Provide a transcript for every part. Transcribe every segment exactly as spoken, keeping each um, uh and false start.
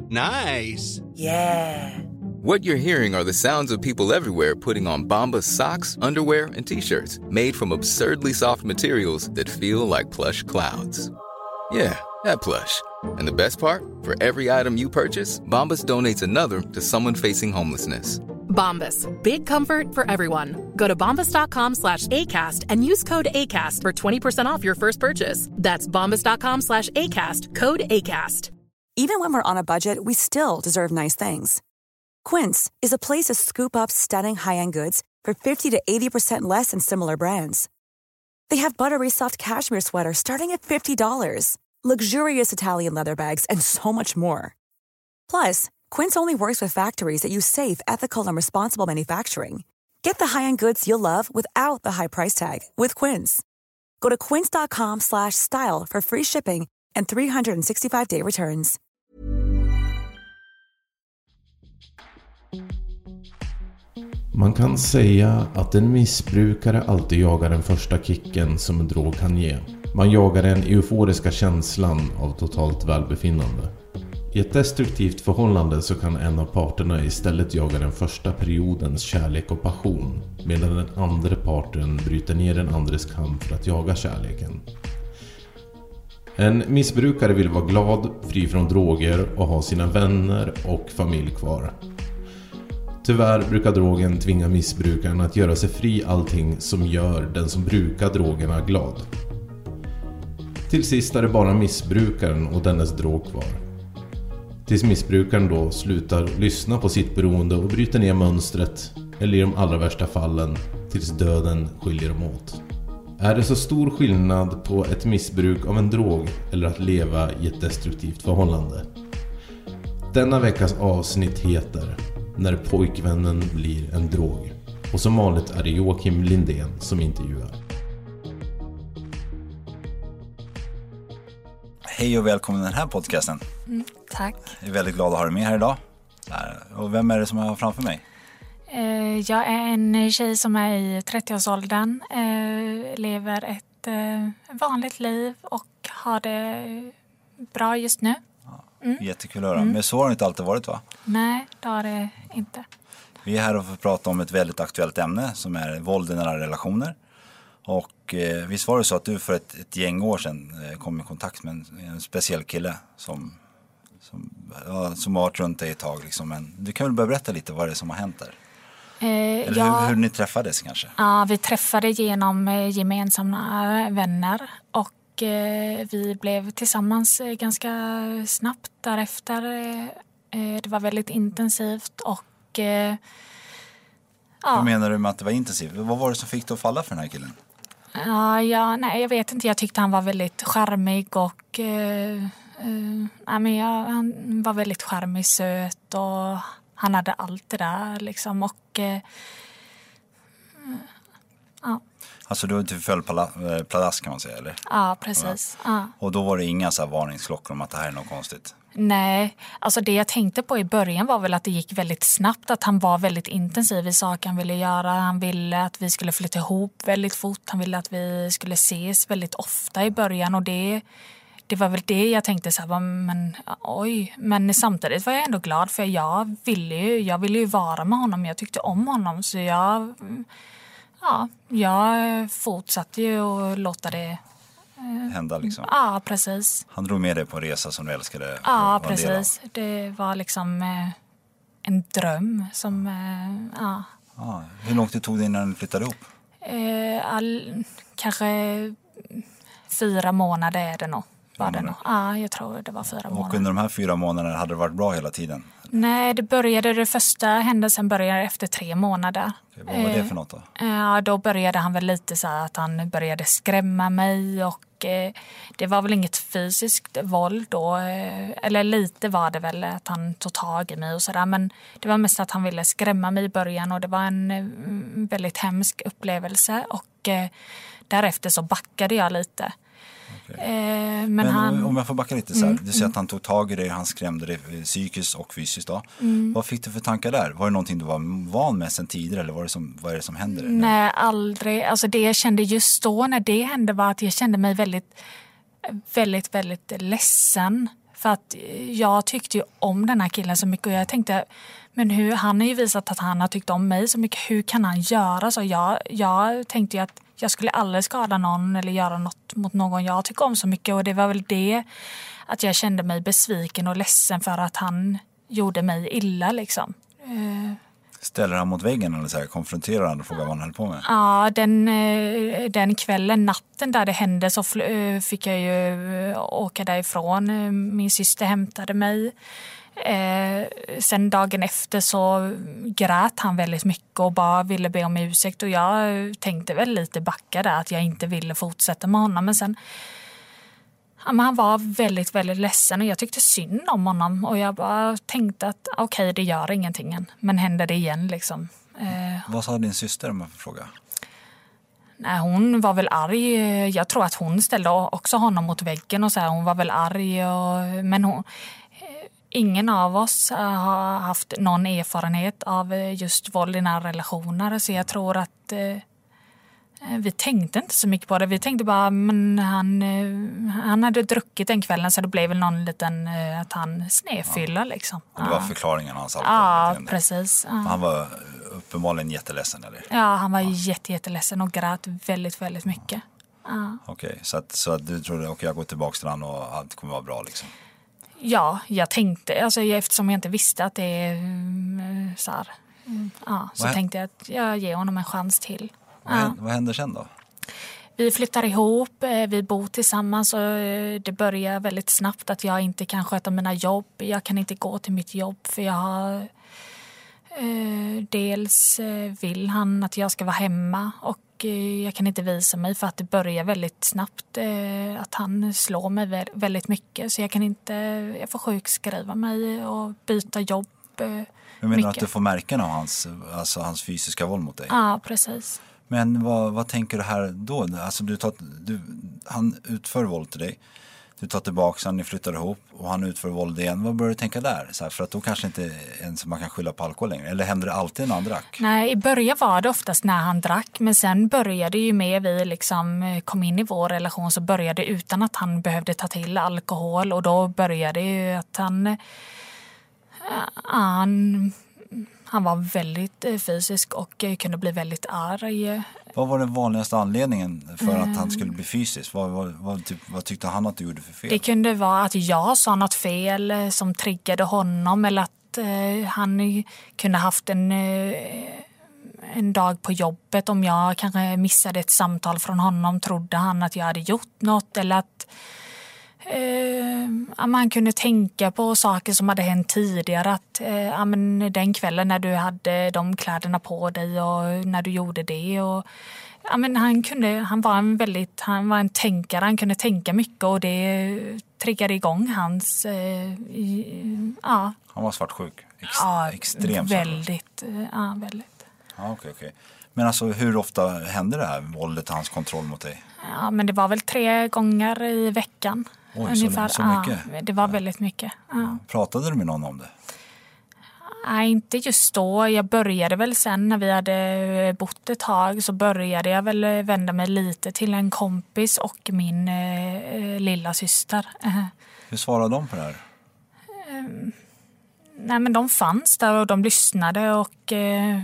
Nice. Yeah. What you're hearing are the sounds of people everywhere putting on Bombas socks, underwear, and T-shirts made from absurdly soft materials that feel like plush clouds. Yeah, that plush. And the best part? For every item you purchase, Bombas donates another to someone facing homelessness. Bombas. Big comfort for everyone. Go to bombas.com slash ACAST and use code ACAST for twenty percent off your first purchase. That's bombas.com slash ACAST. Code ACAST. Even when we're on a budget, we still deserve nice things. Quince is a place to scoop up stunning high-end goods for fifty to eighty percent less than similar brands. They have buttery soft cashmere sweaters starting at fifty dollars, luxurious Italian leather bags, and so much more. Plus, Quince only works with factories that use safe, ethical, and responsible manufacturing. Get the high-end goods you'll love without the high price tag with Quince. Go to quince.com slash style for free shipping and three sixty-five day returns. Man kan säga att en missbrukare alltid jagar den första kicken som en drog kan ge. Man jagar den euforiska känslan av totalt välbefinnande. I ett destruktivt förhållande så kan en av parterna istället jaga den första periodens kärlek och passion, medan den andra parten bryter ner den andres kamp för att jaga kärleken. En missbrukare vill vara glad, fri från droger och ha sina vänner och familj kvar. Tyvärr brukar drogen tvinga missbrukaren att göra sig fri allting som gör den som brukar drogerna glad. Till sist är det bara missbrukaren och dennes drog kvar. Tills missbrukaren då slutar lyssna på sitt beroende och bryter ner mönstret, eller i de allra värsta fallen tills döden skiljer dem åt. Är det så stor skillnad på ett missbruk av en drog eller att leva i ett destruktivt förhållande? Denna veckas avsnitt heter När pojkvännen blir en drog. Och som vanligt är det Joakim Lindén som intervjuar. Hej och välkommen till den här podcasten. Mm, tack. Jag är väldigt glad att ha dig med här idag. Och vem är det som jag har framför mig? Jag är en tjej som är i trettioårsåldern. Lever ett vanligt liv och har det bra just nu. Mm. Jättekul att höra. Mm. Men så har det inte alltid varit, va? Nej, det har det inte. Vi är här och får prata om ett väldigt aktuellt ämne som är våld i nära relationer. Och eh, visst var det så att du för ett, ett gäng år sedan eh, kom i kontakt med en, en speciell kille som, som, ja, som har varit runt dig ett tag. Liksom. Men du kan väl börja berätta lite vad det är som har hänt där? Eh, Eller ja, hur, hur ni träffades kanske? Ja, vi träffade genom eh, gemensamma vänner och vi blev tillsammans ganska snabbt därefter. Det var väldigt intensivt och ja. Hur menar du med att det var intensivt? Vad var det som fick dig att falla för den här killen? Ja, ja nej, jag vet inte. Jag tyckte han var väldigt charmig och uh, uh, nej, men ja, han var väldigt charmig, söt och han hade allt det där liksom och uh, ja. Alltså du, du föll pladask kan man säga, eller? Ja, precis. Ja. Och då var det inga så här varningsklockor om att det här är något konstigt? Nej, alltså det jag tänkte på i början var väl att det gick väldigt snabbt. Att han var väldigt intensiv i saker han ville göra. Han ville att vi skulle flytta ihop väldigt fort. Han ville att vi skulle ses väldigt ofta i början. Och det, det var väl det jag tänkte så här, men oj. Men samtidigt var jag ändå glad för jag ville ju, jag ville ju vara med honom. Jag tyckte om honom så jag... Ja, jag fortsatte ju att låta det eh, hända liksom. Ja, precis. Han drog med dig på en resa som du älskade. Ja, precis. Det var liksom eh, en dröm som, eh, ja. Ah, hur långt det tog det innan ni flyttade ihop? Eh, all, kanske fyra månader är det nog. Var det nog. Ja, jag tror det var fyra månader. Och under de här fyra månaderna hade det varit bra hela tiden? Nej, det började, det första händelsen började efter tre månader. Okej, vad var det för något då? Ja, då började han väl lite så här att han började skrämma mig och eh, det var väl inget fysiskt våld då. Eh, eller lite var det väl att han tog tag i mig och sådär. Men det var mest att han ville skrämma mig i början och det var en eh, väldigt hemsk upplevelse. Och eh, därefter så backade jag lite. Okay. Men, Men han, om jag får backa lite så här. Mm, du säger mm. att han tog tag i dig, han skrämde dig psykiskt och fysiskt då. Mm. Vad fick du för tankar där? Var det någonting du var van med sen tidigare eller var det som, vad är det som händer? Nej, aldrig. Alltså det jag kände just då när det hände var att jag kände mig väldigt, väldigt, väldigt ledsen. För att jag tyckte ju om den här killen så mycket och jag tänkte, men hur, han har ju visat att han har tyckt om mig så mycket. Hur kan han göra så? Jag, jag tänkte ju att jag skulle aldrig skada någon eller göra något mot någon jag tycker om så mycket. Och det var väl det att jag kände mig besviken och ledsen för att han gjorde mig illa liksom. Ställer han mot väggen eller så här, konfronterar han och frågar vad han höll på med? Ja, den, den kvällen, natten där det hände så fick jag ju åka därifrån. Min syster hämtade mig. Eh, sen dagen efter så grät han väldigt mycket och bara ville be om ursäkt. Och jag tänkte väl lite backa där att jag inte ville fortsätta med honom. Men sen, ja, men han var väldigt, väldigt ledsen och jag tyckte synd om honom. Och jag bara tänkte att okej, okay, det gör ingenting än. Men händer det igen liksom. Eh, Vad sa din syster om jag får fråga? Nej, hon var väl arg. Jag tror att hon ställde också honom mot väggen och så här. Hon var väl arg. Och, men hon... Ingen av oss har haft någon erfarenhet av just våld i nära relationer. Så jag tror att eh, vi tänkte inte så mycket på det. Vi tänkte bara men han, eh, han hade druckit den kvällen så det blev väl någon liten eh, att han snedfylla ja. liksom. Och det var förklaringen hans alkohol. Ja, precis. Ja. Han var uppenbarligen jätteledsen eller? Ja, han var ja. jätte, jätteledsen och grät väldigt, väldigt mycket. Ja. Okej, okay, så, att, så att du trodde okej okay, jag går tillbaka till honom och allt kommer vara bra liksom? Ja, jag tänkte, alltså, eftersom jag inte visste att det är så här, ja, så vad tänkte jag att jag ger honom en chans till. Vad, ja. händer, vad händer sen då? Vi flyttar ihop, vi bor tillsammans och det börjar väldigt snabbt att jag inte kan sköta mina jobb. Jag kan inte gå till mitt jobb för jag har, eh, dels vill han att jag ska vara hemma och jag kan inte visa mig för att det börjar väldigt snabbt eh, att han slår mig väldigt mycket så jag kan inte, jag får sjukskriva mig och byta jobb eh, Jag menar mycket. Att du får märken av hans, alltså hans fysiska våld mot dig? Ja, precis. Men vad, vad tänker du här då? Alltså du tar, du, han utför våld till dig. Du tar tillbaka han, ni flyttar ihop och han utför våld igen. Vad börjar du tänka där? Så här, för att då kanske inte ens man kan skylla på alkohol längre. Eller händer det alltid när han drack? Nej, i början var det oftast när han drack. Men sen började ju med vi liksom kom in i vår relation så började det utan att han behövde ta till alkohol. Och då började det ju att han... han Han var väldigt fysisk och kunde bli väldigt arg. Vad var den vanligaste anledningen för att han skulle bli fysisk? Vad, vad, vad, typ, vad tyckte han att du gjorde för fel? Det kunde vara att jag sa något fel som triggade honom eller att eh, han kunde haft en, eh, en dag på jobbet. Om jag kanske missade ett samtal från honom trodde han att jag hade gjort något eller att Uh, man kunde tänka på saker som hade hänt tidigare att uh, ja, men den kvällen när du hade de kläderna på dig och när du gjorde det och ja, men han kunde han var en väldigt han var en tänkare, han kunde tänka mycket och det triggade igång hans uh, i, ja. Han var svartsjuk. Ex- ja, extremt väldigt uh, ja, väldigt. Ja, okej, okej. Men alltså hur ofta hände det här våldet och hans kontroll mot dig? Ja, men det var väl tre gånger i veckan. Oj, ungefär. Så, så mycket? Ja, det var väldigt mycket. Ja. Pratade du med någon om det? Nej, inte just då. Jag började väl sen när vi hade bott ett tag så började jag väl vända mig lite till en kompis och min eh, lilla syster. Hur svarade de på det här? Um, nej, men de fanns där och de lyssnade och eh,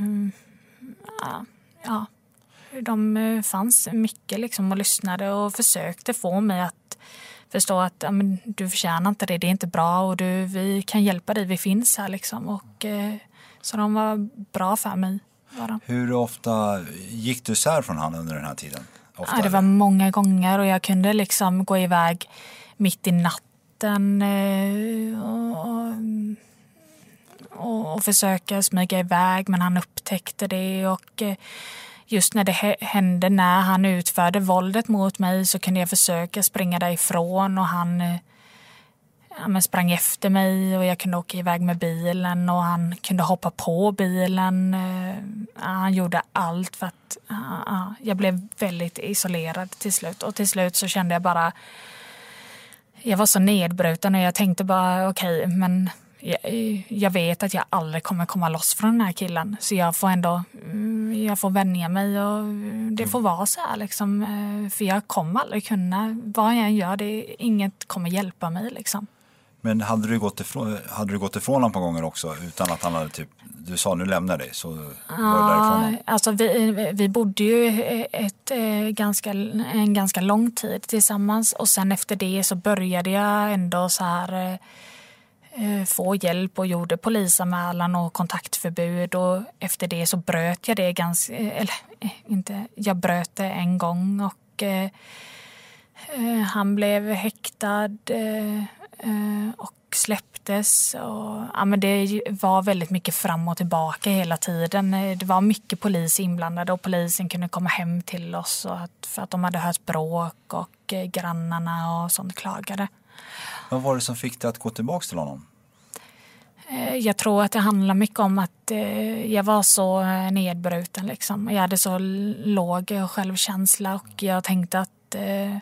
ja, de fanns mycket liksom och lyssnade och försökte få mig att förstå att ja, men, du förtjänar inte det, det är inte bra och du, vi kan hjälpa dig, vi finns här liksom. Och, eh, så de var bra för mig. Bara. Hur ofta gick du isär från han under den här tiden? Ofta, ja, det var många gånger och jag kunde liksom gå iväg mitt i natten eh, och, och, och försöka smyga iväg men han upptäckte det och eh, just när det hände, när han utförde våldet mot mig så kunde jag försöka springa därifrån och han ja, men sprang efter mig och jag kunde åka iväg med bilen och han kunde hoppa på bilen. Ja, han gjorde allt för att ja, jag blev väldigt isolerad till slut och till slut så kände jag bara jag var så nedbruten och jag tänkte bara okej, okay, men Jag, jag vet att jag aldrig kommer komma loss från den här killen så jag får ändå jag får vänja mig och det får vara så här liksom, för jag kommer aldrig kunna vad jag än gör, det inget kommer hjälpa mig liksom. Men hade du gått ifrån, hade du gått ifrån honom på gånger också utan att han hade typ, du sa nu lämnar dig, så var ja, det därifrån? Alltså vi, vi bodde ju ett, ett, ganska, en ganska lång tid tillsammans, och sen efter det så började jag ändå så här få hjälp och gjorde polisanmälan och kontaktförbud, och efter det så bröt jag det ganska, eller inte, jag bröt det en gång, och eh, han blev häktad eh, och släpptes, och ja, men det var väldigt mycket fram och tillbaka hela tiden. Det var mycket polis inblandade, och polisen kunde komma hem till oss och att, för att de hade hört bråk, och eh, grannarna och sånt klagade. Vad var det som fick dig att gå tillbaka till honom? Jag tror att det handlar mycket om att jag var så nedbruten. Liksom. Jag hade så låg självkänsla, och jag tänkte att eh,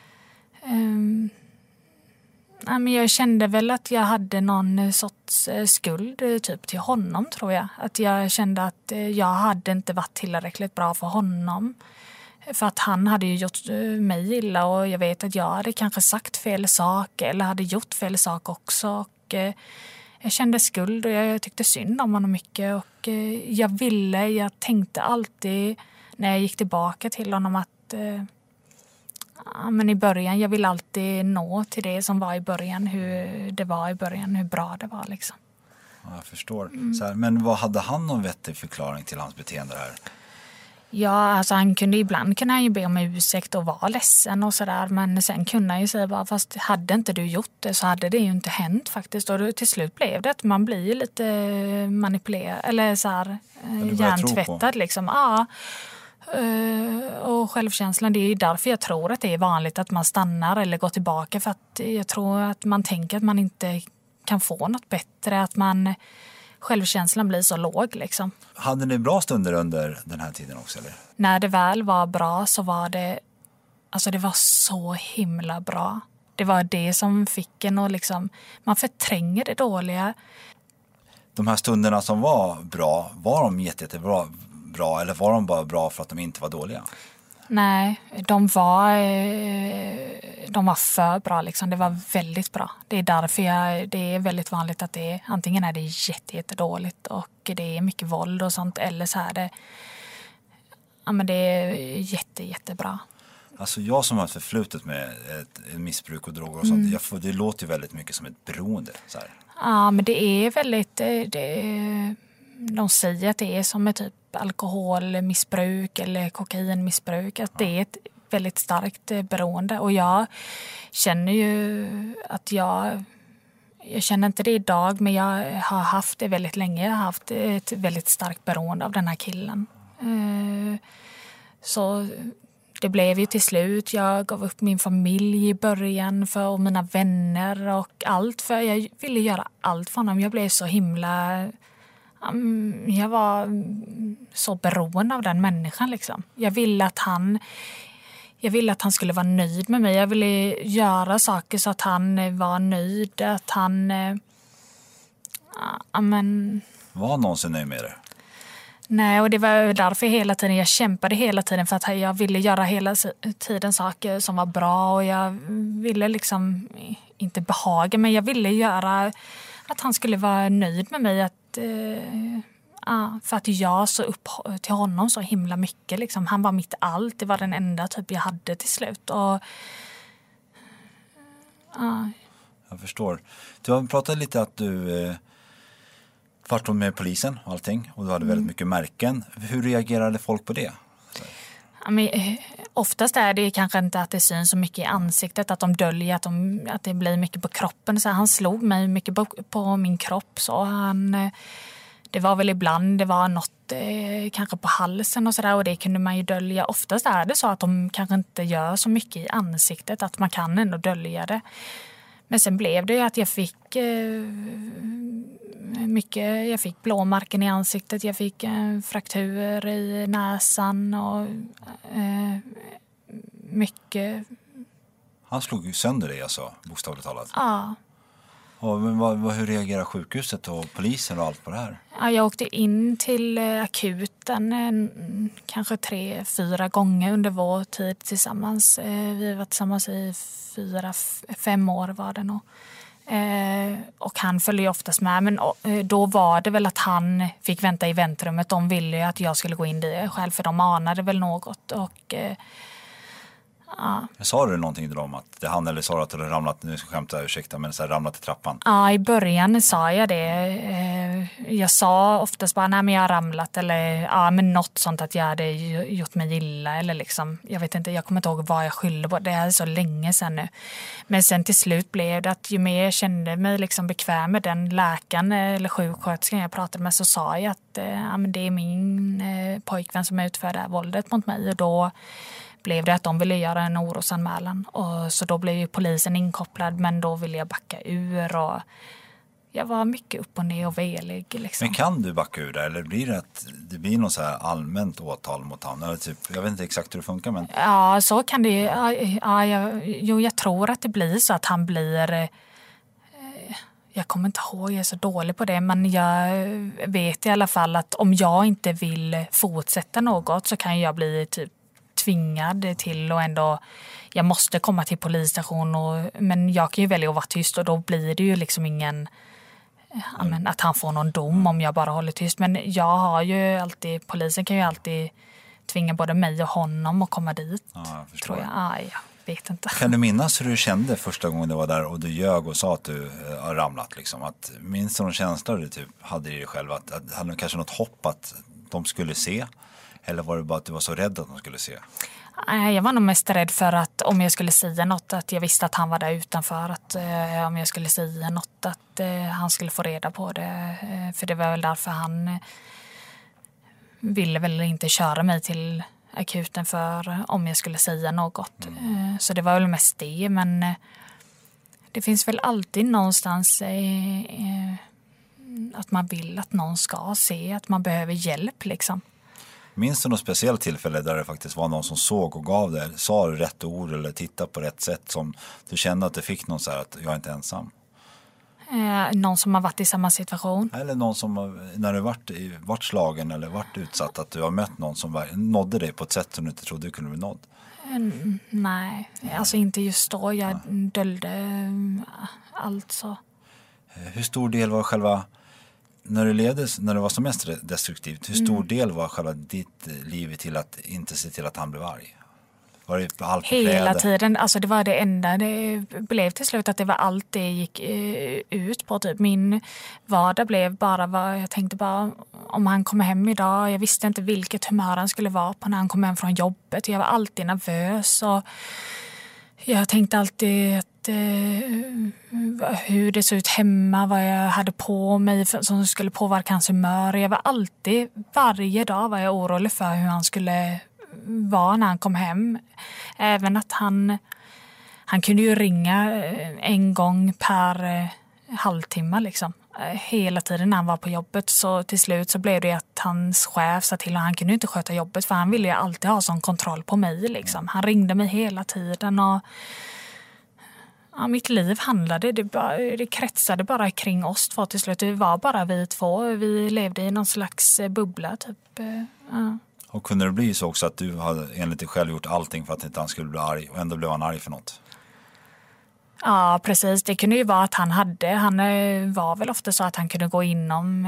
eh, jag kände väl att jag hade någon sorts skuld typ till honom, tror jag. Att jag kände att jag hade inte varit tillräckligt bra för honom. För att han hade ju gjort mig illa, och jag vet att jag hade kanske sagt fel sak eller hade gjort fel sak också. Och eh, jag kände skuld, och jag tyckte synd om honom mycket. Och eh, jag ville, jag tänkte alltid när jag gick tillbaka till honom att eh, ja, men i början, jag ville alltid nå till det som var i början, hur det var i början, hur bra det var liksom. Ja, jag förstår. Mm. Så här, men vad hade han någon vettig förklaring till hans beteende här? Ja, alltså han kunde ibland kunde han ju be om ursäkt och vara ledsen och sådär. Men sen kunde han ju säga bara, fast hade inte du gjort det så hade det ju inte hänt faktiskt. Och då, till slut blev det att man blir lite manipulerad, eller så här hjärntvättad liksom. Ja. Och självkänslan, det är därför jag tror att det är vanligt att man stannar eller går tillbaka. För att jag tror att man tänker att man inte kan få något bättre, att man... Självkänslan blir så låg liksom. Hade ni bra stunder under den här tiden också, eller? När det väl var bra så var det, alltså det var så himla bra. Det var det som fick en att liksom, man förtränger det dåliga. De här stunderna som var bra, var de jätte, jättebra bra, eller var de bara bra för att de inte var dåliga? Nej, de var, de var för bra liksom. Det var väldigt bra. Det är därför jag, det är väldigt vanligt att det är, antingen är det jätte, jätte dåligt och det är mycket våld och sånt, eller så är det, ja men det är jätte, jättebra. Alltså jag som har ett förflutet med ett, ett missbruk och droger och sånt, mm. jag får, det låter ju väldigt mycket som ett beroende. Så här. Ja, men det är väldigt, det, de säger att det är som ett typ alkoholmissbruk eller kokainmissbruk, att det är ett väldigt starkt beroende. Och jag känner ju att jag jag känner inte det idag, men jag har haft det väldigt länge. Jag har haft ett väldigt starkt beroende av den här killen. Så det blev ju till slut, jag gav upp min familj i början för och mina vänner och allt, för jag ville göra allt för honom. Jag blev så himla Jag var så beroende av den människan liksom. Jag ville att han Jag ville att han skulle vara nöjd med mig. Jag ville göra saker så att han var nöjd, att han ja, men var han någonsin nöjd med det? Nej, och det var därför hela tiden jag kämpade hela tiden, för att jag ville göra hela tiden saker som var bra, och jag ville liksom inte behaga, men jag ville göra att han skulle vara nöjd med mig, att Uh, uh, för att jag så upp till honom så himla mycket liksom. Han var mitt allt, det var den enda typ jag hade till slut. Och, uh. Jag förstår. Du har pratat lite att du eh, vart med polisen och allting, och du hade mm. väldigt mycket märken. Hur reagerade folk på det? Så. Ja, men, oftast är det kanske inte att det syns så mycket i ansiktet, att de döljer att, de, att det blir mycket på kroppen. Så han slog mig mycket på, på min kropp. Så han, det var väl ibland, det var något eh, kanske på halsen och sådär, och det kunde man ju dölja. Oftast är det så att de kanske inte gör så mycket i ansiktet, att man kan ändå dölja det. Men sen blev det ju att jag fick eh, mycket, jag fick blåmärken i ansiktet, jag fick eh, frakturer i näsan och eh, mycket. Han slog ju sönder dig alltså, bokstavligt talat. Ja. Och, men vad, vad, hur reagerar sjukhuset och polisen och allt på det här? Ja, jag åkte in till akuten en, kanske tre, fyra gånger under vår tid tillsammans. Vi var tillsammans i fyra, fem år var det nog. Eh, och han följde ju oftast med. Men eh, då var det väl att han fick vänta i väntrummet. De ville ju att jag skulle gå in dit själv, för de anade väl något. Och... Eh, Ja. Sa du någonting till dem att det han eller sa att du ramlat, nu ska jag skämta, ursäkta, men så här ramlat i trappan? Ja, i början sa jag det. Jag sa oftast bara, nej men jag har ramlat, eller ja men något sånt att jag hade gjort mig illa, eller liksom, jag vet inte, jag kommer inte ihåg vad jag skyllde på, det är så länge sedan nu. Men sen till slut blev det att ju mer jag kände mig liksom bekväm med den läkaren eller sjuksköterskan jag pratade med, så sa jag att ja, men det är min pojkvän som utför det här våldet mot mig, och då blev det att de ville göra en orosanmälan. Och så då blev ju polisen inkopplad, men då ville jag backa ur, och jag var mycket upp och ner och velig. Liksom. Men kan du backa ur det, eller blir det att det blir något så här allmänt åtal mot honom? Eller typ, jag vet inte exakt hur det funkar, men... Ja, så kan det ja, ja, jag, jo, jag tror att det blir så att han blir... Eh, jag kommer inte ihåg, jag är så dålig på det, men jag vet i alla fall att om jag inte vill fortsätta något så kan jag bli typ tvingad till, och ändå jag måste komma till polisstation, och, men jag kan ju välja att vara tyst, och då blir det ju liksom ingen ja, men, att han får någon dom om jag bara håller tyst. Men jag har ju alltid, polisen kan ju alltid tvinga både mig och honom att komma dit. Ja, jag tror jag. Ja, jag vet inte. Kan du minnas hur du kände första gången du var där och du ljög och sa att du har ramlat liksom? Att, minns du någon känsla du typ hade i dig själv, att, att hade du kanske något hopp att de skulle se? Eller var det bara att du var så rädd att de skulle se? Jag var nog mest rädd för att om jag skulle säga något, att jag visste att han var där utanför. Att eh, om jag skulle säga något, att eh, han skulle få reda på det. Eh, för det var väl därför han eh, ville väl inte köra mig till akuten, för om jag skulle säga något. Mm. Eh, så det var väl mest det. Men eh, det finns väl alltid någonstans eh, eh, att man vill att någon ska se att man behöver hjälp liksom. Minns du något speciellt tillfälle där det faktiskt var någon som såg och gav det? Sa du rätt ord eller tittade på rätt sätt som du kände att du fick någon så här att jag är inte ensam? Eh, någon som har varit i samma situation? Eller någon som, när du varit, varit slagen eller varit utsatt, att du har mött någon som nådde dig på ett sätt som du inte trodde du kunde bli nådd? Mm, nej, alltså inte just då. Jag nej. döljde allt så. Hur stor del var själva... När du levde, när det var som mest destruktivt, hur stor mm. del var själva ditt liv till att inte se till att han blev arg? Var det allt på Hela kläder? tiden, alltså det var det enda. Det blev till slut att det var allt det gick ut på. Typ. Min vardag blev bara vad jag tänkte bara om han kommer hem idag. Jag visste inte vilket humör han skulle vara på när han kom hem från jobbet. Jag var alltid nervös, och jag tänkte alltid att hur det såg ut hemma, vad jag hade på mig som skulle påverka hans humör. Jag var alltid, varje dag var jag orolig för hur han skulle vara när han kom hem. Även att han han kunde ju ringa en gång per halvtimme liksom. Hela tiden när han var på jobbet, så till slut så blev det att hans chef sa till, och han kunde inte sköta jobbet för han ville ju alltid ha sån kontroll på mig liksom. Han ringde mig hela tiden, och ja, mitt liv handlade, det, bara, det kretsade bara kring oss två till slut. Det var bara vi två. Vi levde i någon slags bubbla typ. Ja. Och kunde det bli så också att du hade enligt dig själv gjort allting för att inte han skulle bli arg, och ändå blev han arg för något? Ja, precis. Det kunde ju vara att han hade, han var väl ofta så att han kunde gå inom,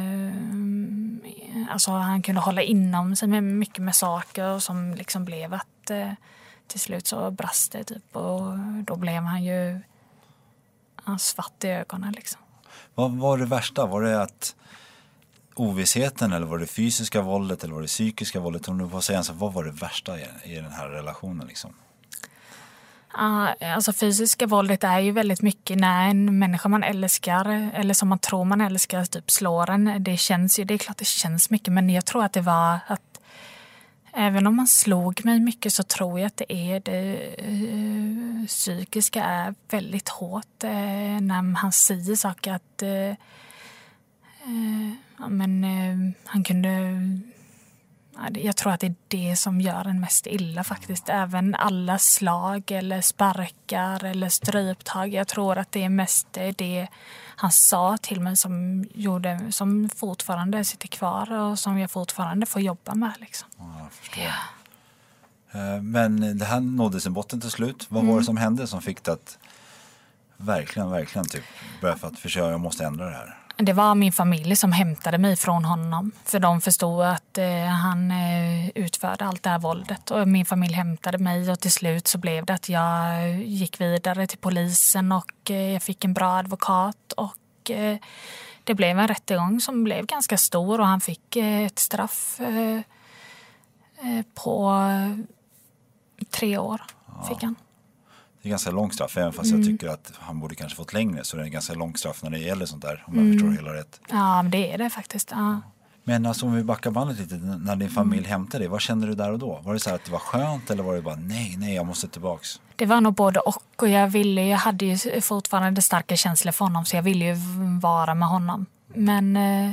eh, alltså han kunde hålla inom sig med mycket med saker som liksom blev att eh, till slut så brast det typ, och då blev han ju han svart i ögonen liksom. Vad var det värsta? Var det att ovissheten, eller var det fysiska våldet, eller var det psykiska våldet? Om du får säga så, vad var det värsta i, i den här relationen liksom? Ja, alltså fysiska våldet är ju väldigt mycket när en människa man älskar, eller som man tror man älskar, typ slår en. Det känns ju, det är klart det känns mycket, men jag tror att det var att även om man slog mig mycket, så tror jag att det är det uh, psykiska är väldigt hårt uh, när han säger saker att uh, uh, ja, men uh, han kunde uh, jag tror att det är det som gör en mest illa faktiskt. Även alla slag eller sparkar eller stryptag. Jag tror att det är mest det han sa till mig som gjorde, som fortfarande sitter kvar och som jag fortfarande får jobba med liksom. Ja, jag förstår. Ja. Men det här nådde sin botten till slut. Vad mm. var det som hände som fick det att verkligen, verkligen typ började för att försöka, jag måste ändra det här. Det var min familj som hämtade mig från honom. För de förstod att eh, han eh, utförde allt det här våldet. Och min familj hämtade mig och till slut så blev det att jag gick vidare till polisen och eh, jag fick en bra advokat. Och eh, det blev en rättegång som blev ganska stor och han fick eh, ett straff eh, eh, på tre år. Fick han. Det är ganska långt straff, även fast mm. jag tycker att han borde kanske fått längre, så det är en ganska långt straff när det gäller sånt där, om mm. jag förstår hela rätt. Ja, det är det faktiskt. Ja. Men alltså, om vi backar bandet lite, när din familj mm. hämtade dig, vad kände du där och då? Var det så här att det var skönt eller var det bara nej, nej, jag måste tillbaks? Det var nog både och, och jag ville, jag hade ju fortfarande starka känslor för honom, så jag ville ju vara med honom. Men eh,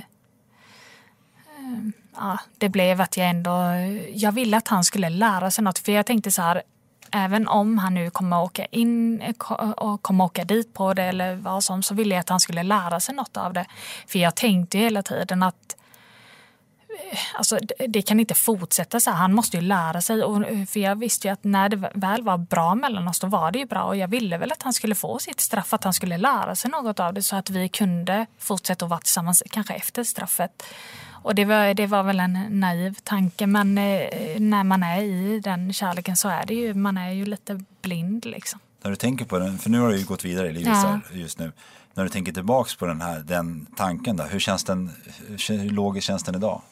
ja, det blev att jag ändå, jag ville att han skulle lära sig något, för jag tänkte så här, även om han nu kommer åka in och kommer åka dit på det eller vad som, så ville jag att han skulle lära sig något av det. För jag tänkte hela tiden att alltså, det kan inte fortsätta så här. Han måste ju lära sig. Och, för jag visste ju att när det väl var bra mellan oss, då var det ju bra. Och jag ville väl att han skulle få sitt straff, att han skulle lära sig något av det, så att vi kunde fortsätta att vara tillsammans kanske efter straffet. Och det var, det var väl en naiv tanke, men eh, när man är i den kärleken så är det ju, man är ju lite blind liksom. När du tänker på den, för nu har du ju gått vidare i livet ja. så här, just nu. När du tänker tillbaks på den här den tanken då, hur känns den, hur logisk känns den idag?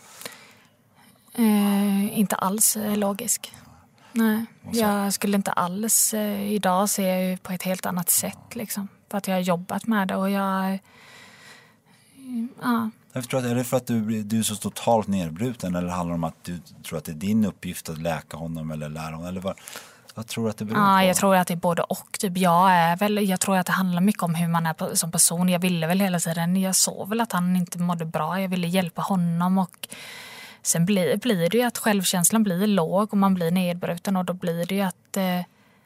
Eh, inte alls logisk. Nej, jag skulle inte alls, eh, idag ser jag ju på ett helt annat sätt liksom. För att jag har jobbat med det och jag, ja. Jag förstår, är det för att du, du är så totalt nedbruten, eller handlar det om att du tror att det är din uppgift att läka honom eller lära honom? Eller vad, vad tror du att det beror ja, på? Jag tror att det är både och. Typ jag, är väl, jag tror att det handlar mycket om hur man är som person. Jag ville väl hela tiden, jag såg väl att han inte mådde bra. Jag ville hjälpa honom och sen blir, blir det ju att självkänslan blir låg och man blir nedbruten, och då blir det ju att eh,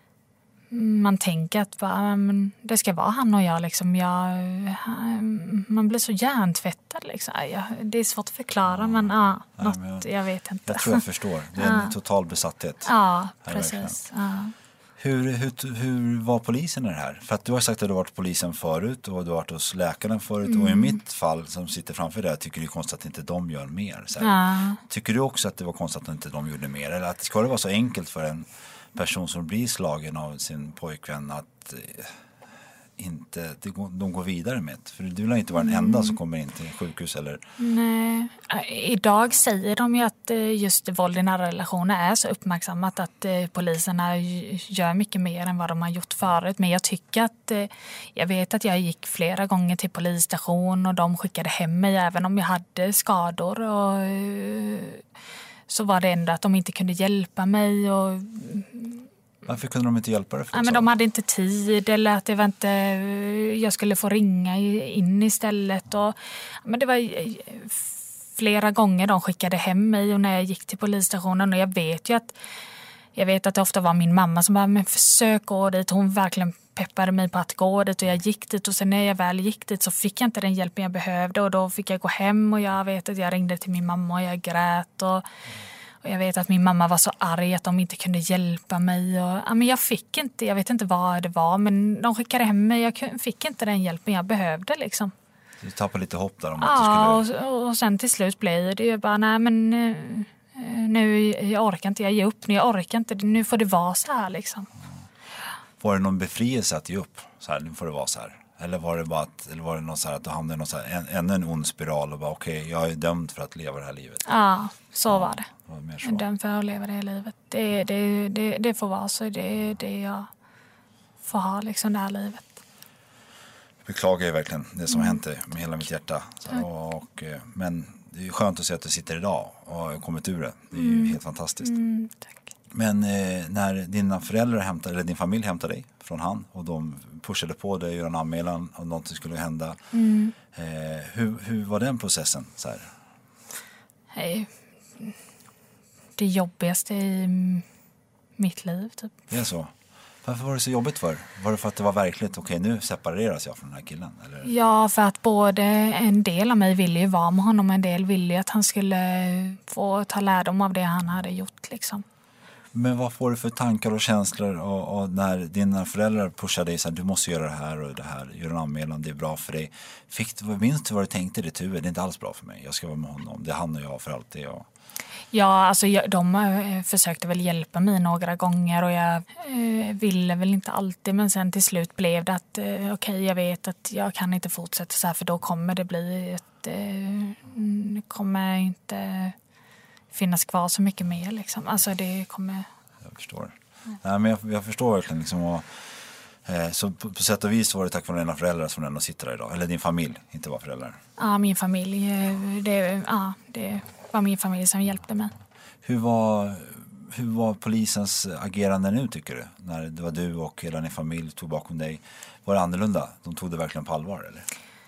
man tänker att bara, men det ska vara han och jag liksom. Jag, man blir så hjärntvättad liksom. Jag, det är svårt att förklara, ja. men ja, Nej, något, men jag, jag vet inte. Jag tror jag förstår. Det är en ja. total besatthet. Ja, precis. Ja. Hur, hur, hur var polisen i det här? För att du har sagt att du har varit polisen förut och du har varit hos läkaren förut. Mm. Och i mitt fall som sitter framför dig, tycker du konstigt att inte de gör mer. Så ja. Tycker du också att det var konstigt att inte de gjorde mer? Eller att ska det vara så enkelt för en person som blir slagen av sin pojkvän att eh, inte, det går, de går vidare med det? För du vill inte vara den enda som kommer in till sjukhus eller? Nej, idag säger de ju att just våld i nära relationer är så uppmärksammat att eh, poliserna gör mycket mer än vad de har gjort förut. Men jag tycker att, eh, jag vet att jag gick flera gånger till polisstation och de skickade hem mig även om jag hade skador, och eh, så var det ändå att de inte kunde hjälpa mig. Och varför kunde de inte hjälpa dig? Ja, men de hade inte tid, eller att det var inte, jag skulle få ringa in istället. Och, men det var flera gånger de skickade hem mig, och när jag gick till polisstationen, och jag vet ju att jag vet att det ofta var min mamma som bara, men försök gå dit. Hon verkligen peppade mig på att gå dit, och jag gick dit, och sen när jag väl gick dit så fick jag inte den hjälpen jag behövde, och då fick jag gå hem, och jag vet att jag ringde till min mamma och jag grät, och Och jag vet att min mamma var så arg att de inte kunde hjälpa mig. Och, ja, men jag fick inte, jag vet inte vad det var, men de skickade hem mig. Jag fick inte den hjälpen jag behövde liksom. Du tappade lite hopp där om ja, att du skulle... och, och sen till slut blev det ju bara, nej men nu, jag orkar inte, jag ger upp, nu jag orkar inte, nu får det vara så här liksom. Var det någon befrielse att ge upp? Så här, nu får det vara så här. Eller var det bara att, eller var det något så här att du hamnade i någon så här, en, ännu en ond spiral och bara okej, okay, jag är dömd för att leva det här livet? Ja, så ja, var det. Var det jag är dömd för att leva det här livet. Det, det, det, det får vara så, det är det jag får ha liksom det här livet. Jag beklagar ju verkligen det som mm. har hänt med hela mitt hjärta. Så, och, och, men det är ju skönt att se att du sitter idag och har kommit ur det. Det är ju mm. helt fantastiskt. Mm, tack. Men eh, när dina föräldrar hämtade, eller din familj hämtade dig från han och de pushade på dig och gjorde en anmälan om något skulle hända. Mm. Eh, hur, hur var den processen? Så här? Hey. Det jobbigaste i mitt liv typ. Det är så? Varför var det så jobbigt för? Var det för att det var verkligt, okej nu separeras jag från den här killen? Eller? Ja, för att både en del av mig ville ju vara med honom, en del ville ju att han skulle få ta lärdom av det han hade gjort liksom. Men vad får du för tankar och känslor och, och när dina föräldrar pushar dig så här, du måste göra det här och det här, gör en anmälan, det är bra för dig. Fick du, minns du vad du tänkte i ditt huvud? Det är inte alls bra för mig, jag ska vara med honom, det är han och jag för alltid. Jag. Ja, alltså jag, de äh, försökte väl hjälpa mig några gånger och jag äh, ville väl inte alltid, men sen till slut blev det att äh, okej, okay, jag vet att jag kan inte fortsätta så här för då kommer det bli ett, äh, kommer inte finnas kvar så mycket mer liksom. Alltså det kommer... Jag förstår. Mm. Nej, men jag, jag förstår verkligen liksom och, eh, så på, på sätt och vis var det tack vare dina föräldrar som ändå sitter där idag. Eller din familj, inte var föräldrar. Ja, min familj. Det, ja, det var min familj som hjälpte mig. Hur var, hur var polisens agerande nu tycker du? När det var du och hela din familj tog bakom dig. Var det annorlunda? De tog det verkligen på allvar eller?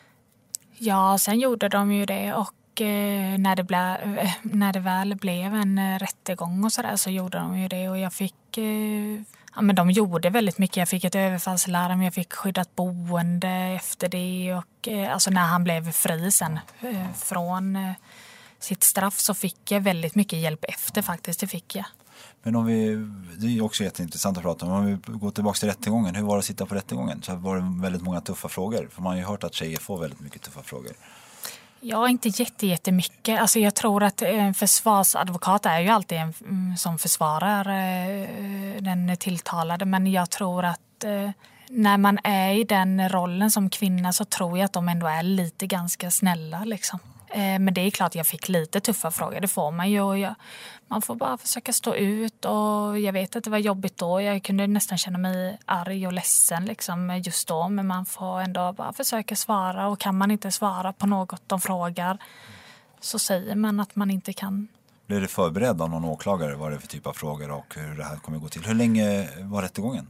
Ja, sen gjorde de ju det och När det, ble, när det väl blev en rättegång och sådär så gjorde de ju det och jag fick, ja men de gjorde väldigt mycket. Jag fick ett överfallslarm, jag fick skyddat boende efter det och alltså när han blev fri sen från sitt straff så fick jag väldigt mycket hjälp efter faktiskt, det fick jag. Men om vi, det är ju också jätteintressant att prata om, om vi går tillbaka till rättegången, hur var det att sitta på rättegången? Så var det väldigt många tuffa frågor, för man har ju hört att tjejer får väldigt mycket tuffa frågor. Ja, inte jätte, jättemycket. Alltså jag tror att en försvarsadvokat är ju alltid en som försvarar den tilltalade. Men jag tror att när man är i den rollen som kvinna så tror jag att de ändå är lite ganska snälla liksom. Men det är klart jag fick lite tuffa frågor, det får man ju. Och jag, man får bara försöka stå ut och jag vet att det var jobbigt då. Jag kunde nästan känna mig arg och ledsen liksom just då. Men man får ändå bara försöka svara och kan man inte svara på något de frågar så säger man att man inte kan. Blev du förberedd av någon åklagare vad det är för typ av frågor och hur det här kommer gå till? Hur länge var rättegången?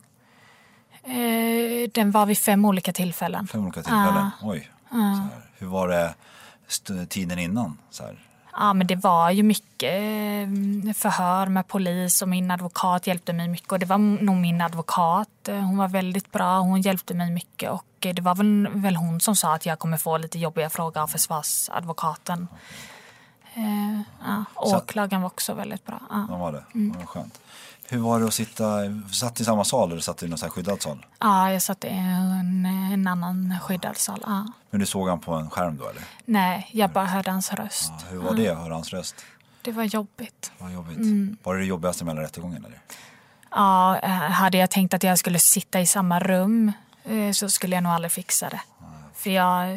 Eh, den var vid fem olika tillfällen. Fem olika tillfällen? Ah. Oj. Ah. Så här. Hur var det tiden innan så här? Ja, men det var ju mycket förhör med polis och min advokat hjälpte mig mycket och det var nog min advokat. Hon var väldigt bra, hon hjälpte mig mycket och det var väl, väl hon som sa att jag kommer få lite jobbiga frågor av försvarsadvokaten. Eh, ja, åklagaren var också väldigt bra. Ja, ja var det. Mm. Det var skönt. Hur var det att sitta, satt i samma sal eller satt i någon sån här skyddad sal? Ja, jag satt i en, en annan skyddad sal. Ja. Men du såg han på en skärm då eller? Nej, jag bara hörde hans röst. Ja, hur var det att höra hans röst? Det var jobbigt. Det var jobbigt. Mm. Var det det jobbigaste mellan rättegången eller? Ja, hade jag tänkt att jag skulle sitta i samma rum så skulle jag nog aldrig fixa det. Ja. För jag...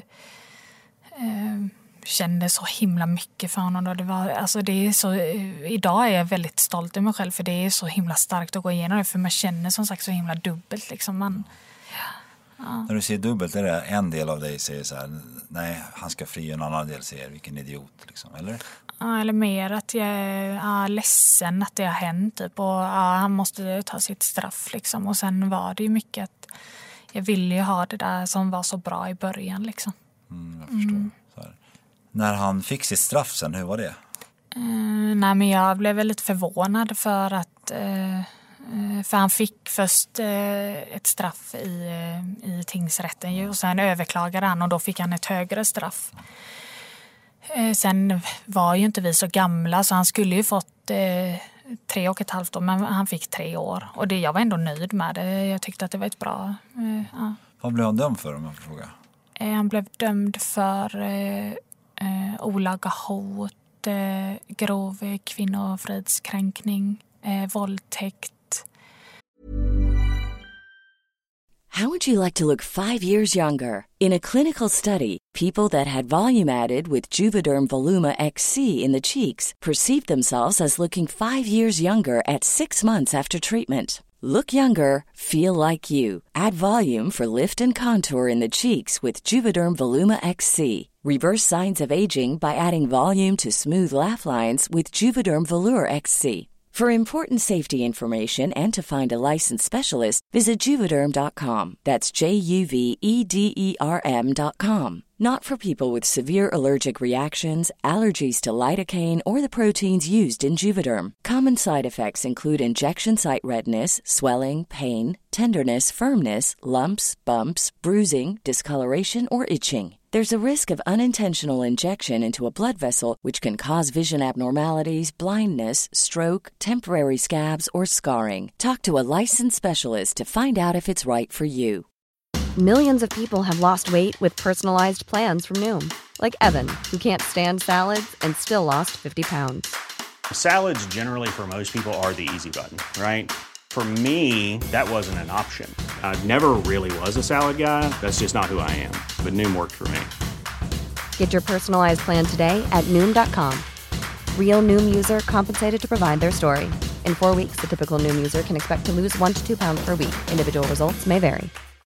Eh, kände så himla mycket för honom. Då. Det var, alltså det är så, idag är jag väldigt stolt i mig själv för det är så himla starkt att gå igenom det för man känner som sagt så himla dubbelt. Liksom man, ja. När du säger dubbelt är det en del av dig säger så här, nej han ska fri, en annan del säger vilken idiot liksom, eller? Ja, eller mer att jag är ja, ledsen att det har hänt typ, och ja, han måste ta sitt straff liksom. Och sen var det ju mycket att jag ville ju ha det där som var så bra i början liksom. Mm, jag förstår. Mm. Så här. När han fick sitt straff sen, hur var det? Uh, nej, men jag blev väldigt förvånad för att uh, för han fick först uh, ett straff i, uh, i tingsrätten ju, och sen överklagade han och då fick han ett högre straff. Uh, sen var ju inte vi så gamla så han skulle ju fått uh, tre och ett halvt år, men han fick tre år och det, jag var ändå nöjd med det. Jag tyckte att det var ett bra... Uh, uh. Vad blev han dömd för om jag får fråga? Uh, han blev dömd för uh, uh, olaga hot, uh, grov kvinnofridskränkning, uh, våldtäkt. How would you like to look five years younger? In a clinical study, people that had volume added with Juvederm Voluma X C in the cheeks perceived themselves as looking five years younger at six months after treatment. Look younger, feel like you. Add volume for lift and contour in the cheeks with Juvederm Voluma X C. Reverse signs of aging by adding volume to smooth laugh lines with Juvederm Volure X C. For important safety information and to find a licensed specialist, visit Juvederm dot com. That's J U V E D E R M dot com. Not for people with severe allergic reactions, allergies to lidocaine, or the proteins used in Juvederm. Common side effects include injection site redness, swelling, pain, tenderness, firmness, lumps, bumps, bruising, discoloration, or itching. There's a risk of unintentional injection into a blood vessel, which can cause vision abnormalities, blindness, stroke, temporary scabs, or scarring. Talk to a licensed specialist to find out if it's right for you. Millions of people have lost weight with personalized plans from Noom. Like Evan, who can't stand salads and still lost fifty pounds. Salads generally for most people are the easy button, right? For me, that wasn't an option. I never really was a salad guy. That's just not who I am. But Noom worked for me. Get your personalized plan today at Noom dot com. Real Noom user compensated to provide their story. In four weeks, the typical Noom user can expect to lose one to two pounds per week. Individual results may vary.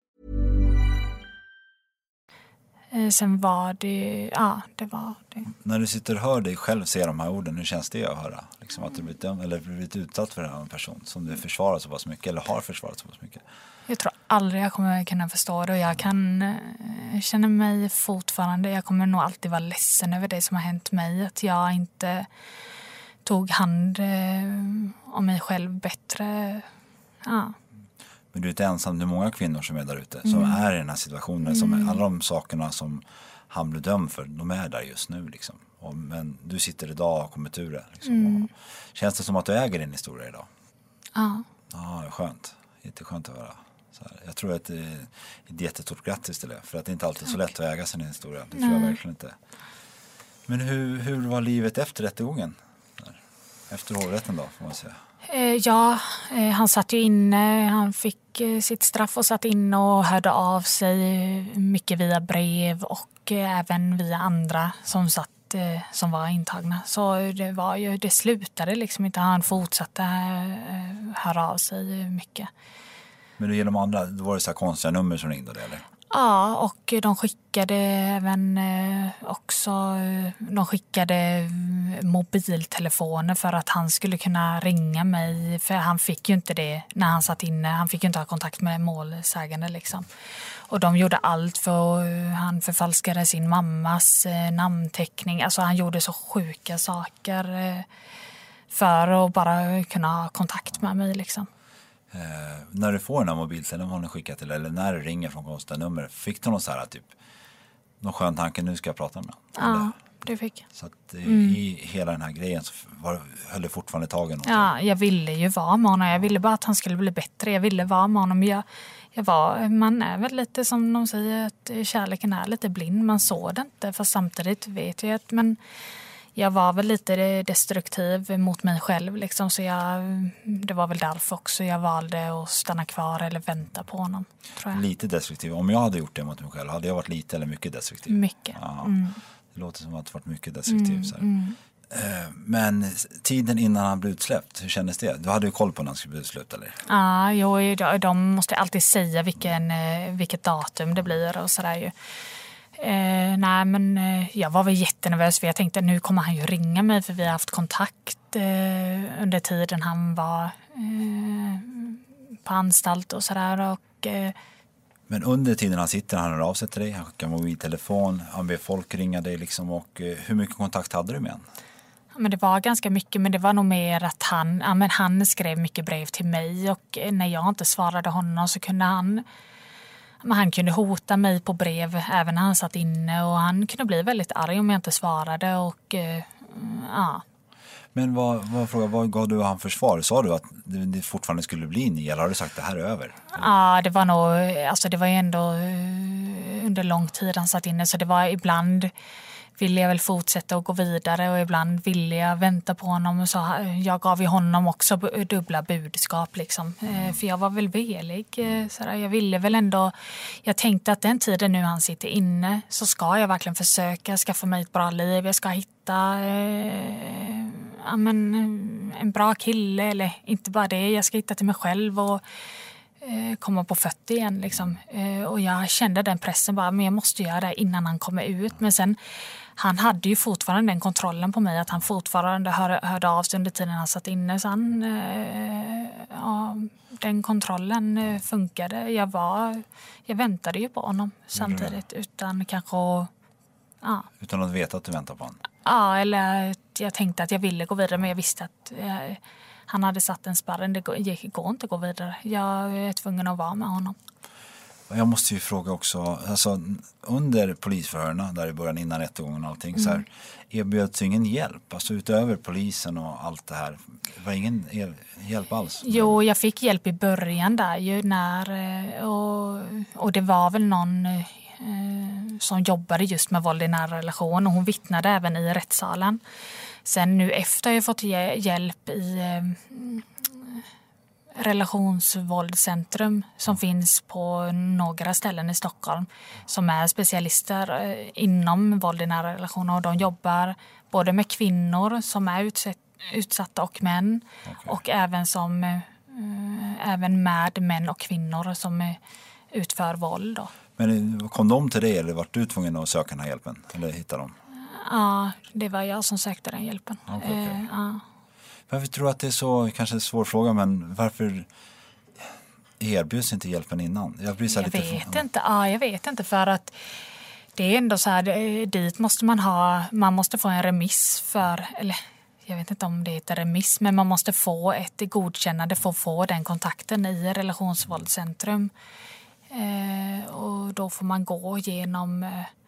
Sen var det, ja, det var det. När du sitter och hör dig själv säga de här orden, hur känns det att höra? Liksom att du blivit dömd eller blivit utsatt för en person som du försvarar så pass mycket eller har försvarat så pass mycket? Jag tror aldrig jag kommer kunna förstå det och jag kan jag känner mig fortfarande, jag kommer nog alltid vara ledsen över det som har hänt mig. Att jag inte tog hand om mig själv bättre, ja. Men du är inte ensam, det är många kvinnor som är där ute som mm. är i den här situationen. Som mm. alla de sakerna som han blev dömd för, de är där just nu. Liksom. Och, men du sitter idag och har kommit ur det. Liksom. Mm. Känns det som att du äger din historia idag? Ja. Ja, det är skönt. Jätteskönt att höra. Så här. Jag tror att det är ett jättestort grattis till det. För att det är inte alltid så lätt att äga sin historia. Det tror jag verkligen inte. Men hur, hur var livet efter rättegången? Efter hovrätten då, får man säga. Ja, han satt ju inne, han fick sitt straff och satt inne och hörde av sig mycket via brev och även via andra som satt, som var intagna. Så det var ju, det slutade liksom inte, han fortsatte höra av sig mycket. Men du genom andra, då var det så här konstiga nummer som ringde eller? Ja, och de skickade även också, de skickade mobiltelefoner för att han skulle kunna ringa mig. För han fick ju inte det när han satt inne, han fick ju inte ha kontakt med målsägande liksom. Och de gjorde allt för, han förfalskade sin mammas namnteckning. Alltså han gjorde så sjuka saker för att bara kunna ha kontakt med mig liksom. Eh, när du får den här mobiltelefonen skickat till eller när du ringer från konstiga nummer, fick du någon så här typ någon skön tanke, nu ska jag prata med honom? Ja, det fick. Så att mm. i hela den här grejen så var, höll du fortfarande tagen om. Ja, jag ville ju vara med honom. Jag ville bara att han skulle bli bättre. Jag ville vara med honom. Jag, jag var, man är väl lite som de säger att kärleken är lite blind. Man såg det inte, för samtidigt vet jag att men jag var väl lite destruktiv mot mig själv liksom, så jag, det var väl därför också jag valde att stanna kvar eller vänta på honom, tror jag. Lite destruktiv. Om jag hade gjort det mot mig själv, hade jag varit lite eller mycket destruktiv? Mycket. Ja, mm. Det låter som att det varit mycket destruktiv. Mm, så här. Mm. Men tiden innan han blev utsläppt, hur kändes det? Du hade ju koll på när han skulle bli utsläppt, eller? Ja, jo, de måste alltid säga vilken, vilket datum det blir och sådär ju. Eh, nej men eh, jag var väl jättenervös för jag tänkte nu kommer han ju ringa mig för vi har haft kontakt eh, under tiden han var eh, på anstalt och sådär och eh, men under tiden han sitter, han hör av sig till dig, han skickar mobiltelefon, han ber folk ringa dig liksom och eh, hur mycket kontakt hade du med honom? Ja, men det var ganska mycket, men det var nog mer att han, ja, men han skrev mycket brev till mig och eh, när jag inte svarade honom så kunde han Men han kunde hota mig på brev även när han satt inne och han kunde bli väldigt arg om jag inte svarade och eh, ja. Men vad, vad, fråga, vad gav du han för svar? Sa du att det, det fortfarande skulle bli ni eller har du sagt att det här är över? Eller? Ja, det var nog, alltså det var ju ändå under lång tid han satt inne så det var ibland ville jag väl fortsätta och gå vidare och ibland ville jag vänta på honom. Så jag gav ju honom också dubbla budskap liksom. Mm. För jag var väl velig. Sådär. Jag ville väl ändå, jag tänkte att den tiden nu han sitter inne så ska jag verkligen försöka skaffa mig ett bra liv. Jag ska hitta eh, ja, men, en bra kille eller inte bara det. Jag ska hitta till mig själv och eh, komma på fötter igen liksom. Eh, och jag kände den pressen bara, men jag måste göra det innan han kommer ut. Men sen han hade ju fortfarande den kontrollen på mig att han fortfarande hör, hörde av sig under tiden han satt inne. Så han, eh, ja, den kontrollen eh, funkade. Jag, var, jag väntade ju på honom samtidigt mm. utan kanske att Ja. Utan att veta att du väntar på honom? Ja, eller jag tänkte att jag ville gå vidare men jag visste att jag, han hade satt en spärren. Det går, det går inte att gå vidare. Jag är tvungen att vara med honom. Jag måste ju fråga också, alltså, under polisförhörna där i början innan rättegången och allting, mm. så här, erbjöds ingen hjälp? Alltså utöver polisen och allt det här, var ingen er, hjälp alls? Jo, jag fick hjälp i början där ju när, och, och det var väl någon eh, som jobbade just med våld i nära relation och hon vittnade även i rättssalen. Sen nu efter har jag fått hjälp i eh, relationsvåldscentrum som finns på några ställen i Stockholm som är specialister inom våld i nära relationer och de jobbar både med kvinnor som är utsatt, utsatta och män okay. och även som äh, även med män och kvinnor som äh, utför våld då. Men kom de till dig eller var du tvungen att söka den här hjälpen eller hitta dem? Ja, det var jag som sökte den hjälpen. Okay, okay. Äh, ja. Varför tror du att det är så, kanske en svår fråga, men varför erbjuds inte hjälpen innan? Jag, blir så jag lite vet inte, ja, jag vet inte för att det är ändå så här, dit måste man ha, man måste få en remiss för, eller jag vet inte om det heter remiss, men man måste få ett godkännande för att få den kontakten i relationsvåldscentrum. Eh, och då får man gå genom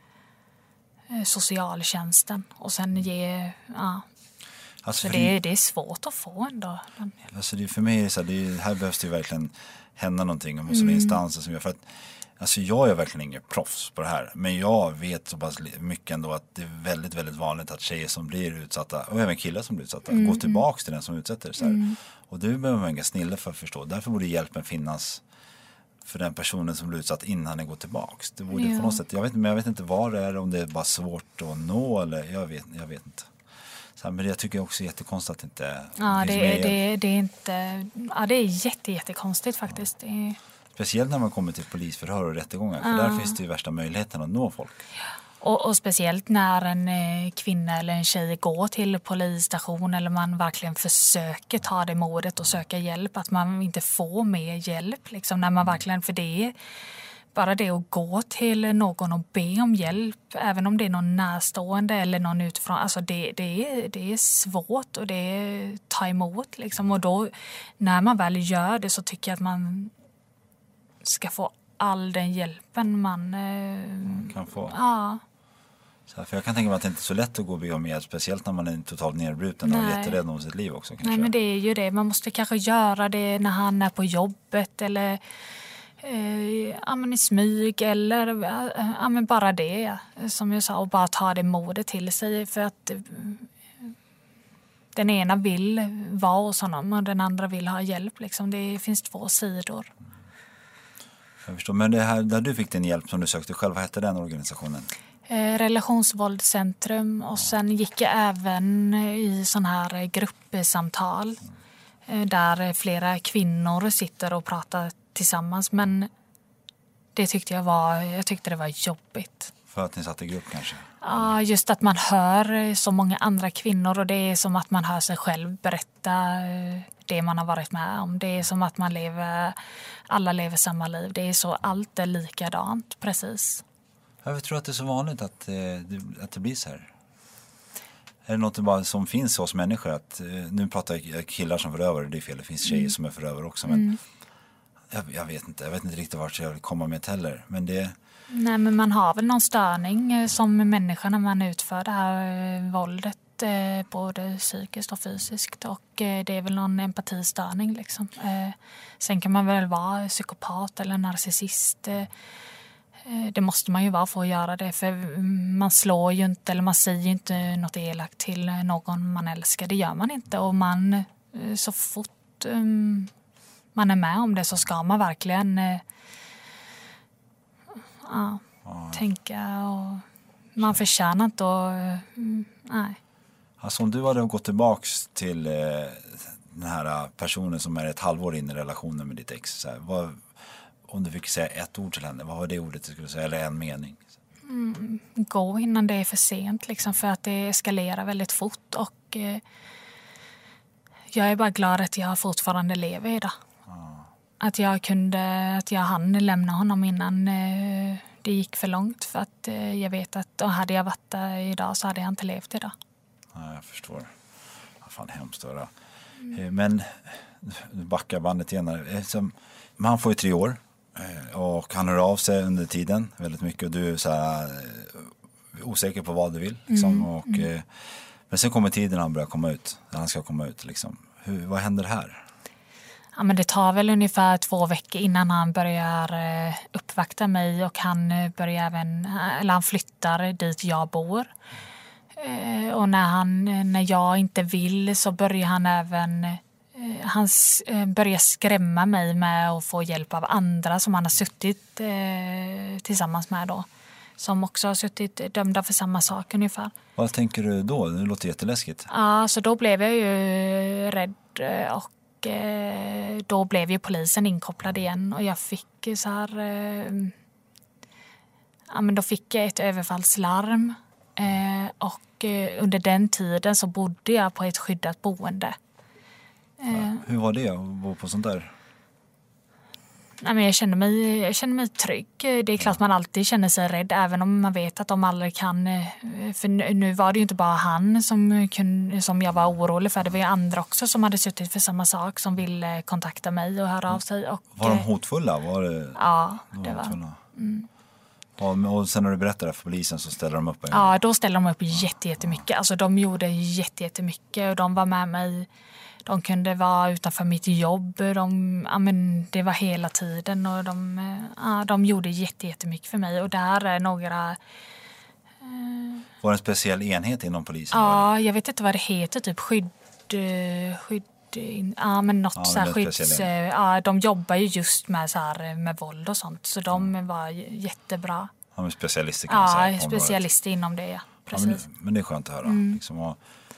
eh, socialtjänsten och sen ge, ja. Alltså så det är, det är svårt att få ändå. Alltså det, för mig är det så här, det är, här behövs det ju verkligen hända någonting om mm. instanser som gör för att alltså jag är verkligen ingen proffs på det här, men jag vet så pass mycket ändå att det är väldigt, väldigt vanligt att tjejer som blir utsatta och även killar som blir utsatta mm. går tillbaka till den som utsätter så här. Mm. Och det behöver man inga snille för att förstå. Därför borde hjälpen finnas för den personen som blir utsatt innan den går tillbaka. Det borde ja. på något sätt, jag vet, men jag vet inte vad det är, om det är bara svårt att nå eller jag vet, jag vet inte. Men jag tycker också jättekonstigt att inte ja, det, är, det, det är inte ja, det är jätte, jättekonstigt faktiskt. Ja. Det är... Speciellt när man kommer till polisförhör och rättegångar. För ja. där finns det ju värsta möjligheten att nå folk. Och, och speciellt när en eh, kvinna eller en tjej går till polisstation eller man verkligen försöker ta det modet och söka hjälp. Att man inte får mer hjälp. Liksom, när man verkligen, för det är bara det att gå till någon och be om hjälp, även om det är någon närstående eller någon utifrån, alltså det, det, är, det är svårt och det är ta emot liksom. Och då när man väl gör det så tycker jag att man ska få all den hjälpen man eh, kan få. Ja. Så här, för jag kan tänka mig att det inte är så lätt att gå och be om hjälp, speciellt när man är totalt nedbruten Nej. och jätterädd om sitt liv också. Kanske. Nej, men det är ju det. Man måste kanske göra det när han är på jobbet eller Eh, ja, men i smyg eller ja, men bara det som jag sa och bara ta det modet till sig för att eh, den ena vill vara hos honom och den andra vill ha hjälp liksom. Det finns två sidor. Jag förstår, men det här där du fick din hjälp som du sökte själv, vad hette den organisationen? Eh, relationsvåldscentrum och sen gick jag även i sån här gruppsamtal eh, där flera kvinnor sitter och pratar tillsammans, men det tyckte jag var, jag tyckte det var jobbigt. För att ni satt i grupp kanske? Ja, just att man hör så många andra kvinnor och det är som att man hör sig själv berätta det man har varit med om. Det är som att man lever, alla lever samma liv. Det är så, allt är likadant, precis. Jag tror att det är så vanligt att, att det blir så här. Är det något bara som finns hos människor? Att, nu pratar jag killar som förövare, det är fel. Det finns tjejer mm. som är förövare också, men mm. Jag, jag vet inte, jag vet inte riktigt vart jag vill komma med heller, men det... Nej, men man har väl någon störning som människa när man utför det här våldet, både psykiskt och fysiskt, och det är väl någon empatistörning liksom. Sen kan man väl vara psykopat eller narcissist. Det måste man ju vara för att göra det, för man slår ju inte eller man säger ju inte något elakt till någon man älskar, det gör man inte, och man så fort man är med om det så ska man verkligen eh, ja, ja. tänka och man förtjänar inte och mm, nej. Alltså om du hade gått tillbaks till eh, den här personen som är ett halvår in i relationen med ditt ex, så här, vad, om du fick säga ett ord till henne, vad var det ordet du skulle säga, eller en mening? Mm, gå innan det är för sent liksom, för att det eskalerar väldigt fort och eh, jag är bara glad att jag fortfarande lever idag. Att jag kunde, att jag hann lämna honom innan eh, det gick för långt för att eh, jag vet att och hade jag varit där idag så hade jag inte levt idag. Ja, jag förstår. Ja, fan hemskt att höra. Mm. Men backar bandet igen här. Som, han får ju tre år och han hör av sig under tiden väldigt mycket och du är så här osäker på vad du vill. Liksom. Mm. Och, mm. Men sen kommer tiden han börjar komma ut. Han ska komma ut liksom. Hur, vad händer här? Ja, men det tar väl ungefär två veckor innan han börjar uppvakta mig och han börjar även, eller han flyttar dit jag bor. Och när, han, när jag inte vill så börjar han även han börjar skrämma mig med att få hjälp av andra som han har suttit tillsammans med då. Som också har suttit dömda för samma sak ungefär. Vad tänker du då? Det låter jätteläskigt. Ja, så då blev jag ju rädd och då blev ju polisen inkopplad igen och jag fick så här ja men då fick jag ett överfallslarm och under den tiden så bodde jag på ett skyddat boende. Ja, hur var det att bo på sånt där? Nej, men jag kände mig jag kände mig trygg. Det är klart man alltid känner sig rädd även om man vet att de aldrig kan, för nu var det ju inte bara han som kunde, som jag var orolig för, det var ju andra också som hade suttit för samma sak som ville kontakta mig och höra av sig och, var de hotfulla? Var det, ja, det var mm. Och sen när du berättade för polisen så ställer de upp igen. Ja, då ställer de upp jättemycket. Alltså de gjorde jättemycket och de var med mig. De kunde vara utanför mitt jobb. De, ja, men det var hela tiden och de, ja, de gjorde jättemycket för mig. Och där är några... Eh... Var det en speciell enhet inom polisen? Ja, jag vet inte vad det heter. Typ skydd... skydd ja, men något ja, så här skydds... Ja, de jobbar ju just med, så här, med våld och sånt. Så de mm. var jättebra. Ja, men specialister kan man säga. Ja, specialister inom det, ja. Precis. Ja, men, men det är skönt att höra. Mm. Liksom, och,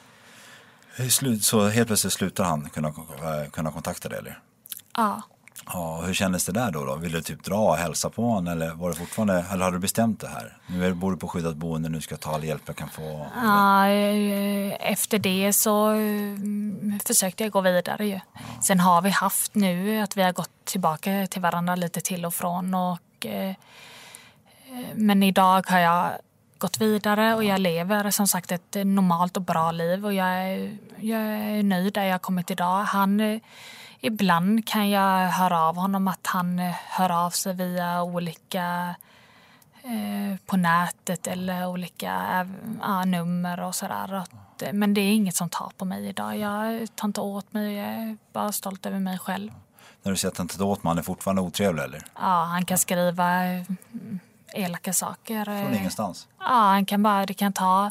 så helt plötsligt slutar han kunna, kunna kontakta dig, eller? Ja. Ja, hur kändes det där då? då? Vill du typ dra och hälsa på honom? Eller, var det fortfarande, eller har du bestämt det här? Nu är du, bor du på skyddat boende, nu ska jag ta all hjälp jag kan få. Ja, efter det så försökte jag gå vidare ju. Ja. Sen har vi haft nu att vi har gått tillbaka till varandra lite till och från. Och, men idag har jag gått vidare och jag lever som sagt ett normalt och bra liv. Och jag är, jag är nöjd där jag har kommit idag. Han... Ibland kan jag höra av honom att han hör av sig via olika eh, på nätet eller olika äh, nummer och sådär. Men det är inget som tar på mig idag. Jag tar inte åt mig, jag är bara stolt över mig själv. När du säger att han inte åt mig, han är fortfarande otrevlig eller? Ja, han kan skriva elaka saker. Från ingenstans? Ja, han kan bara, det kan ta...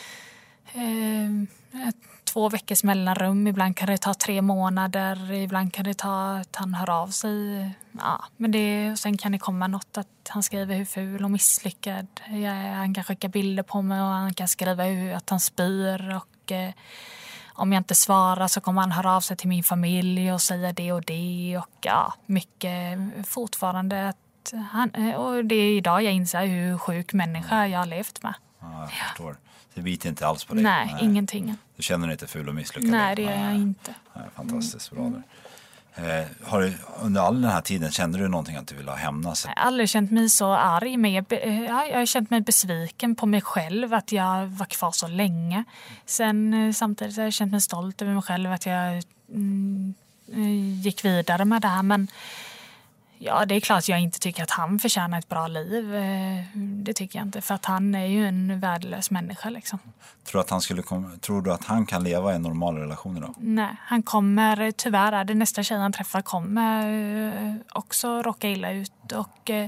Eh, ett, två veckors mellanrum, ibland kan det ta tre månader, ibland kan det ta att han hör av sig. Ja, men det, sen kan det komma något att han skriver hur ful och misslyckad. Ja, han kan skicka bilder på mig och han kan skriva hur, att han spyr och eh, om jag inte svarar så kommer han höra av sig till min familj och säga det och det och ja, mycket fortfarande att han, och det är idag jag inser hur sjuk människa jag har levt med. Ja, jag förstår. Det biter inte alls på dig? Nej, Nej. ingenting. Du känner dig inte ful och misslyckad? Nej, det gör jag inte. Nej, fantastiskt bra där. Eh, har du, under all den här tiden kände du någonting att du ville hämnas? Jag har aldrig känt mig så arg. Men jag, jag har känt mig besviken på mig själv att jag var kvar så länge. Sen samtidigt har jag känt mig stolt över mig själv att jag mm, gick vidare med det här. Men ja, det är klart att jag inte tycker att han förtjänar ett bra liv. Det tycker jag inte. För att han är ju en värdelös människa liksom. Tror, att han skulle kom- tror du att han kan leva i en normal relation då? Nej, han kommer, tyvärr är det nästa tjej han träffar kommer också råka illa ut. Och eh,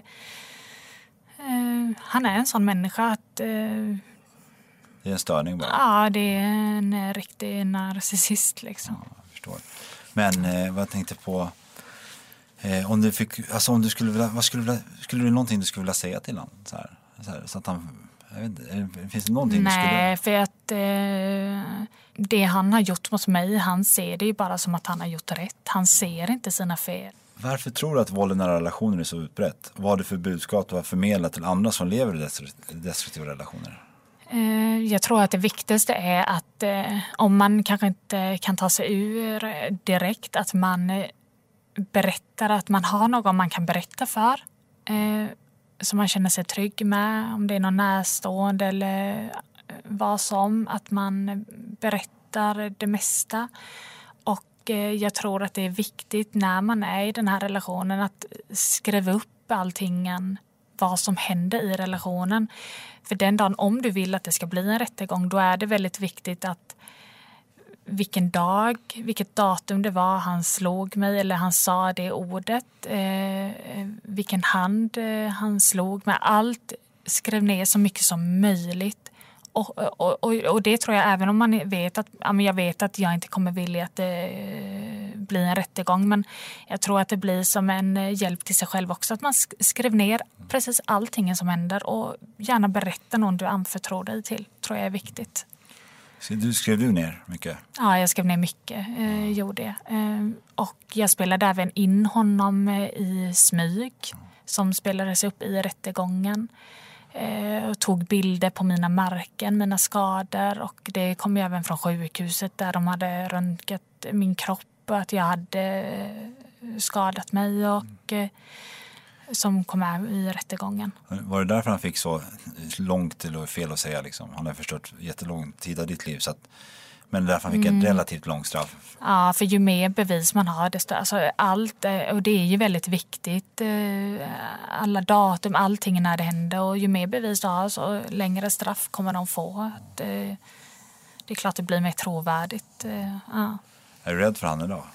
han är en sån människa att... Eh, det är en störning bara? Ja, det är en riktig narcissist liksom. Ja, jag förstår. Men eh, vad jag tänkte på... Eh, om du fick, alltså om du skulle vilja, vad skulle du vilja, skulle du någonting du skulle vilja säga till honom så här, så, här, så att han, jag vet inte, finns det någonting Nej, du skulle? Nej, för att eh, det han har gjort mot mig, han ser det ju bara som att han har gjort rätt. Han ser inte sina fel. Varför tror du att våld i nära relationer är så utbrett? Vad har du för budskap du har förmedlat till andra som lever i destruktiva relationer? Eh, jag tror att det viktigaste är att eh, om man kanske inte kan ta sig ur direkt, att man eh, berättar att man har någon man kan berätta för. Eh, som man känner sig trygg med, om det är någon närstående eller vad som, att man berättar det mesta. Och jag tror att det är viktigt när man är i den här relationen att skriva upp allting, vad som händer i relationen. För den dagen, om du vill att det ska bli en rättegång, då är det väldigt viktigt att vilken dag, vilket datum det var han slog mig eller han sa det ordet, eh, vilken hand eh, han slog med. Allt skrev ner så mycket som möjligt. Och, och, och, och det tror jag, även om man vet att, ja, men jag vet att jag inte kommer vilja att det eh, blir en rättegång, men jag tror att det blir som en hjälp till sig själv också, att man skrev ner precis allting som händer och gärna berätta någon du anförtror dig till, tror jag är viktigt. Så du skrev du ner mycket? Ja, jag skrev ner mycket, eh, gjorde jag. Eh, och jag spelade även in honom eh, i smyg som spelades upp i rättegången. Eh, och tog bilder på mina märken, mina skador, och det kom ju även från sjukhuset där de hade röntgat min kropp och att jag hade eh, skadat mig och eh, som kom med i rättegången. Var det därför han fick så långt, eller fel att säga liksom? Han har förstört jättelång tid av ditt liv, så att, men därför han fick mm. ett relativt långt straff. Ja, för ju mer bevis man har, desto, alltså allt, och det är ju väldigt viktigt, alla datum, allting när det händer, och ju mer bevis du har, så längre straff kommer de få. Det, det är klart det blir mer trovärdigt. Ja. Är du rädd för han idag?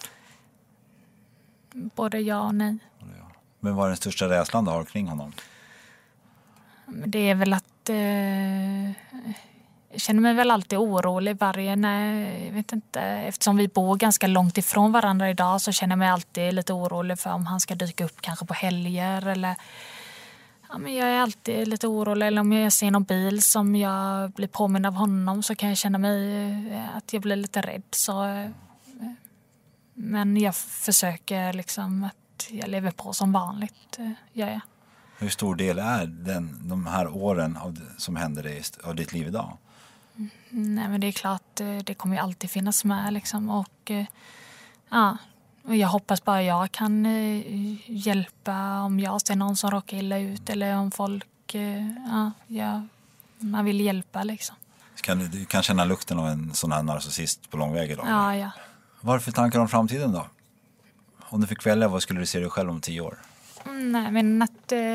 Både ja och nej. Men vad är den största rädslan du har kring honom? Det är väl att... Eh, jag känner mig väl alltid orolig varje... Nej, jag vet inte. Eftersom vi bor ganska långt ifrån varandra idag, så känner jag mig alltid lite orolig för om han ska dyka upp kanske på helger. Eller, ja, men jag är alltid lite orolig. Eller om jag ser någon bil som jag blir påmind av honom, så kan jag känna mig att jag blir lite rädd. Så, eh, men jag försöker liksom... att jag lever på som vanligt, gör jag. Hur stor del är den, de här åren av, som händer i, av ditt liv idag? Mm, nej, men det är klart, det kommer ju alltid finnas med liksom. Och, ja, och jag hoppas bara jag kan hjälpa om jag ser någon som råkar illa ut, eller om folk, ja, ja, man vill hjälpa liksom. Kan du, du kan känna lukten av en sån här narcissist på lång väg idag? Ja, ja. Varför tankar om framtiden då? Om du fick välja, vad skulle du se dig själv om tio år? Nej, men att, eh,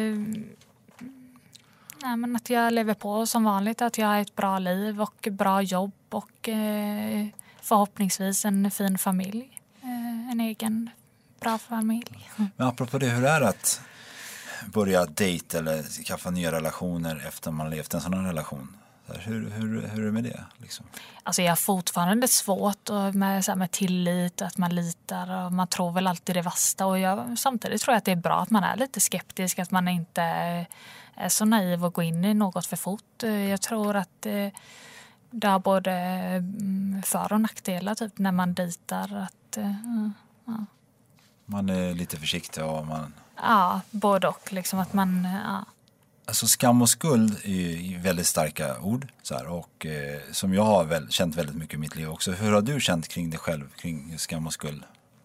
nej, men att jag lever på som vanligt. Att jag har ett bra liv och bra jobb och eh, förhoppningsvis en fin familj. Eh, en egen bra familj. Men apropå det, hur är det att börja dejta eller skaffa nya relationer efter man levt en sån här relation? Hur, hur, hur är det med det? Liksom? Alltså jag har fortfarande svårt med, så här, med tillit, att man litar och man tror väl alltid det värsta. Och jag, samtidigt tror jag att det är bra att man är lite skeptisk, att man inte är så naiv och går in i något för fort. Jag tror att det har både för- och nackdelar typ, när man dejtar. Att, ja. Man är lite försiktig och man... Ja, både och. Liksom, att man... Ja. Alltså skam och skuld är ju väldigt starka ord så här, och eh, som jag har väl, känt väldigt mycket i mitt liv också. Hur har du känt kring dig själv, kring skam och skuld?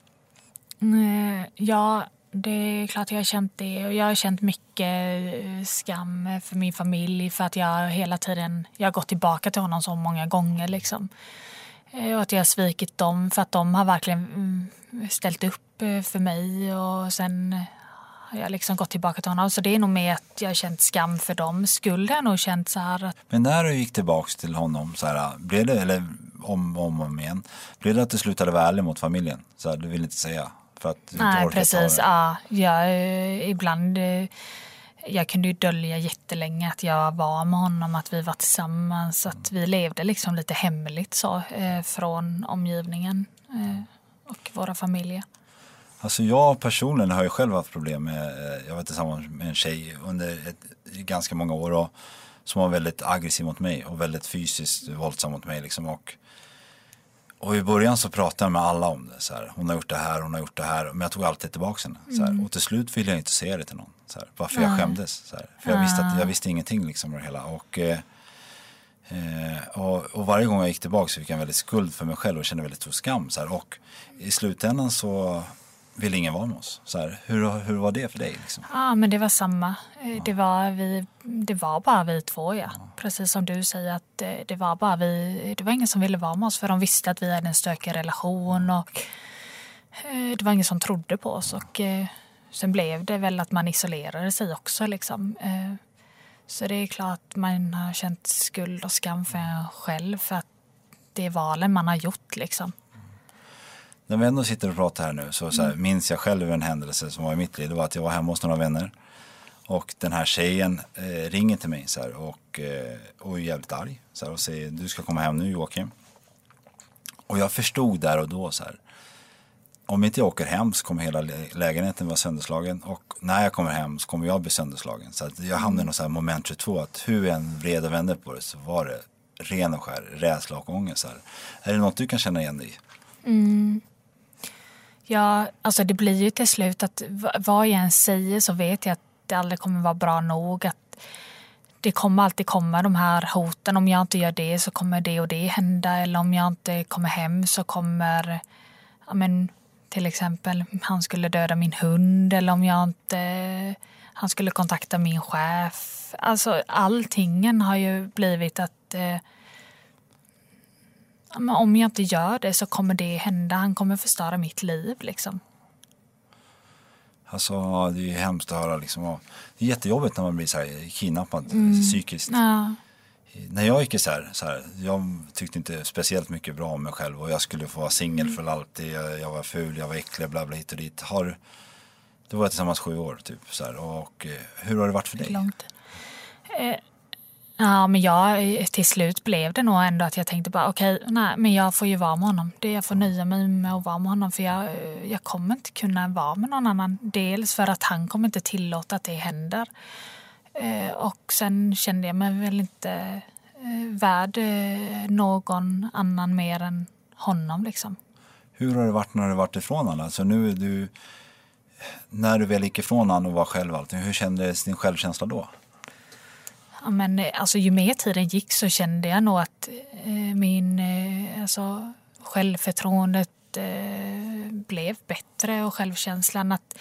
Mm, ja, det är klart jag har känt det. Och jag har känt mycket skam för min familj, för att jag hela tiden jag har gått tillbaka till honom så många gånger. Liksom. Och att jag har svikit dem för att de har verkligen ställt upp för mig, och sen... Jag har liksom gått tillbaka till honom. Så det är nog mer att jag har känt skam för dem. Skuld har jag nog känt så här. Att... Men när du gick tillbaka till honom, så här, blev det, eller om och om, om igen, blev det att du slutade vara ärlig mot familjen? Så här, du vill inte säga för att du Nej, inte precis. Ja, jag, ibland... Jag kunde ju dölja jättelänge att jag var med honom, att vi var tillsammans. Att vi levde liksom lite hemligt så, från omgivningen och våra familjer. Alltså jag personligen har ju själv haft problem med, jag var tillsammans med en tjej under ett, ganska många år, och, som var väldigt aggressiv mot mig och väldigt fysiskt våldsam mot mig liksom, och, och i början så pratade jag med alla om det så här, hon har gjort det här, hon har gjort det här, men jag tog alltid tillbaka henne så här, mm. och till slut ville jag inte säga det till någon så här, bara för jag skämdes så här, för jag visste att jag visste ingenting liksom om det hela, och eh, och, och varje gång jag gick tillbaka så fick jag en väldigt skuld för mig själv och kände väldigt stor skam så här, och i slutändan så ville ingen vara med oss. Så här, hur, hur var det för dig? Liksom? Ja, men det var samma. Ja. Det, var vi, det var bara vi två, ja. ja. Precis som du säger, att det, det var bara vi. Det var ingen som ville vara med oss, för de visste att vi hade en stökig relation. Och det var ingen som trodde på oss. Och sen blev det väl att man isolerade sig också. Liksom. Så det är klart att man har känt skuld och skam för en själv, för att det är valen man har gjort, liksom. När vi ändå sitter och pratar här nu så, så här, minns jag själv en händelse som var i mitt liv. Det var att jag var hemma hos några vänner. Och den här tjejen eh, ringer till mig så här, och, eh, och är jävligt arg. Så här, och säger, du ska komma hem nu, Joakim. Och jag förstod där och då så här. Om inte jag åker hem så kommer hela lägenheten vara sönderslagen. Och när jag kommer hem så kommer jag bli sönderslagen. Så att jag hamnade i någon så här moment tjugotvå. Att hur jag än vred och vände på det så var det ren och skär rädsla och ångest. Så här. Är det något du kan känna igen dig i? Mm. Ja, alltså det blir ju till slut att vad jag än säger så vet jag att det aldrig kommer vara bra nog. Att det kommer alltid komma de här hoten. Om jag inte gör det så kommer det och det hända. Eller om jag inte kommer hem så kommer, ja men, till exempel han skulle döda min hund. Eller om jag inte, han skulle kontakta min chef. Alltså alltingen har ju blivit att eh, om jag inte gör det så kommer det hända. Han kommer förstöra mitt liv, liksom. Alltså, det är ju hemskt att höra. Liksom. Det är jättejobbigt när man blir så här kidnappad mm. psykiskt. Ja. När jag gick så här, så här, jag tyckte inte speciellt mycket bra om mig själv. Och jag skulle få vara singel för alltid. Jag, jag var ful, jag var äcklig, bla bla hit och dit. Har, det var jag tillsammans sju år, typ. Så här. Och hur har det varit för dig? Långt. Eh. Ja, men jag, till slut blev det nog ändå att jag tänkte bara okej, okay, nej, men jag får ju vara med honom. Det jag får nöja mig med att vara med honom, för jag, jag kommer inte kunna vara med någon annan. Dels för att han kommer inte tillåta att det händer. Eh, och sen kände jag mig väl inte eh, värd eh, någon annan mer än honom, liksom. Hur har det varit när du varit ifrån honom? Alltså nu är du, när du väl gick ifrån honom och var själv allting, hur kändes din självkänsla då? Ja, men alltså, ju mer tiden gick så kände jag nog att eh, min eh, alltså, självförtroendet eh, blev bättre, och självkänslan att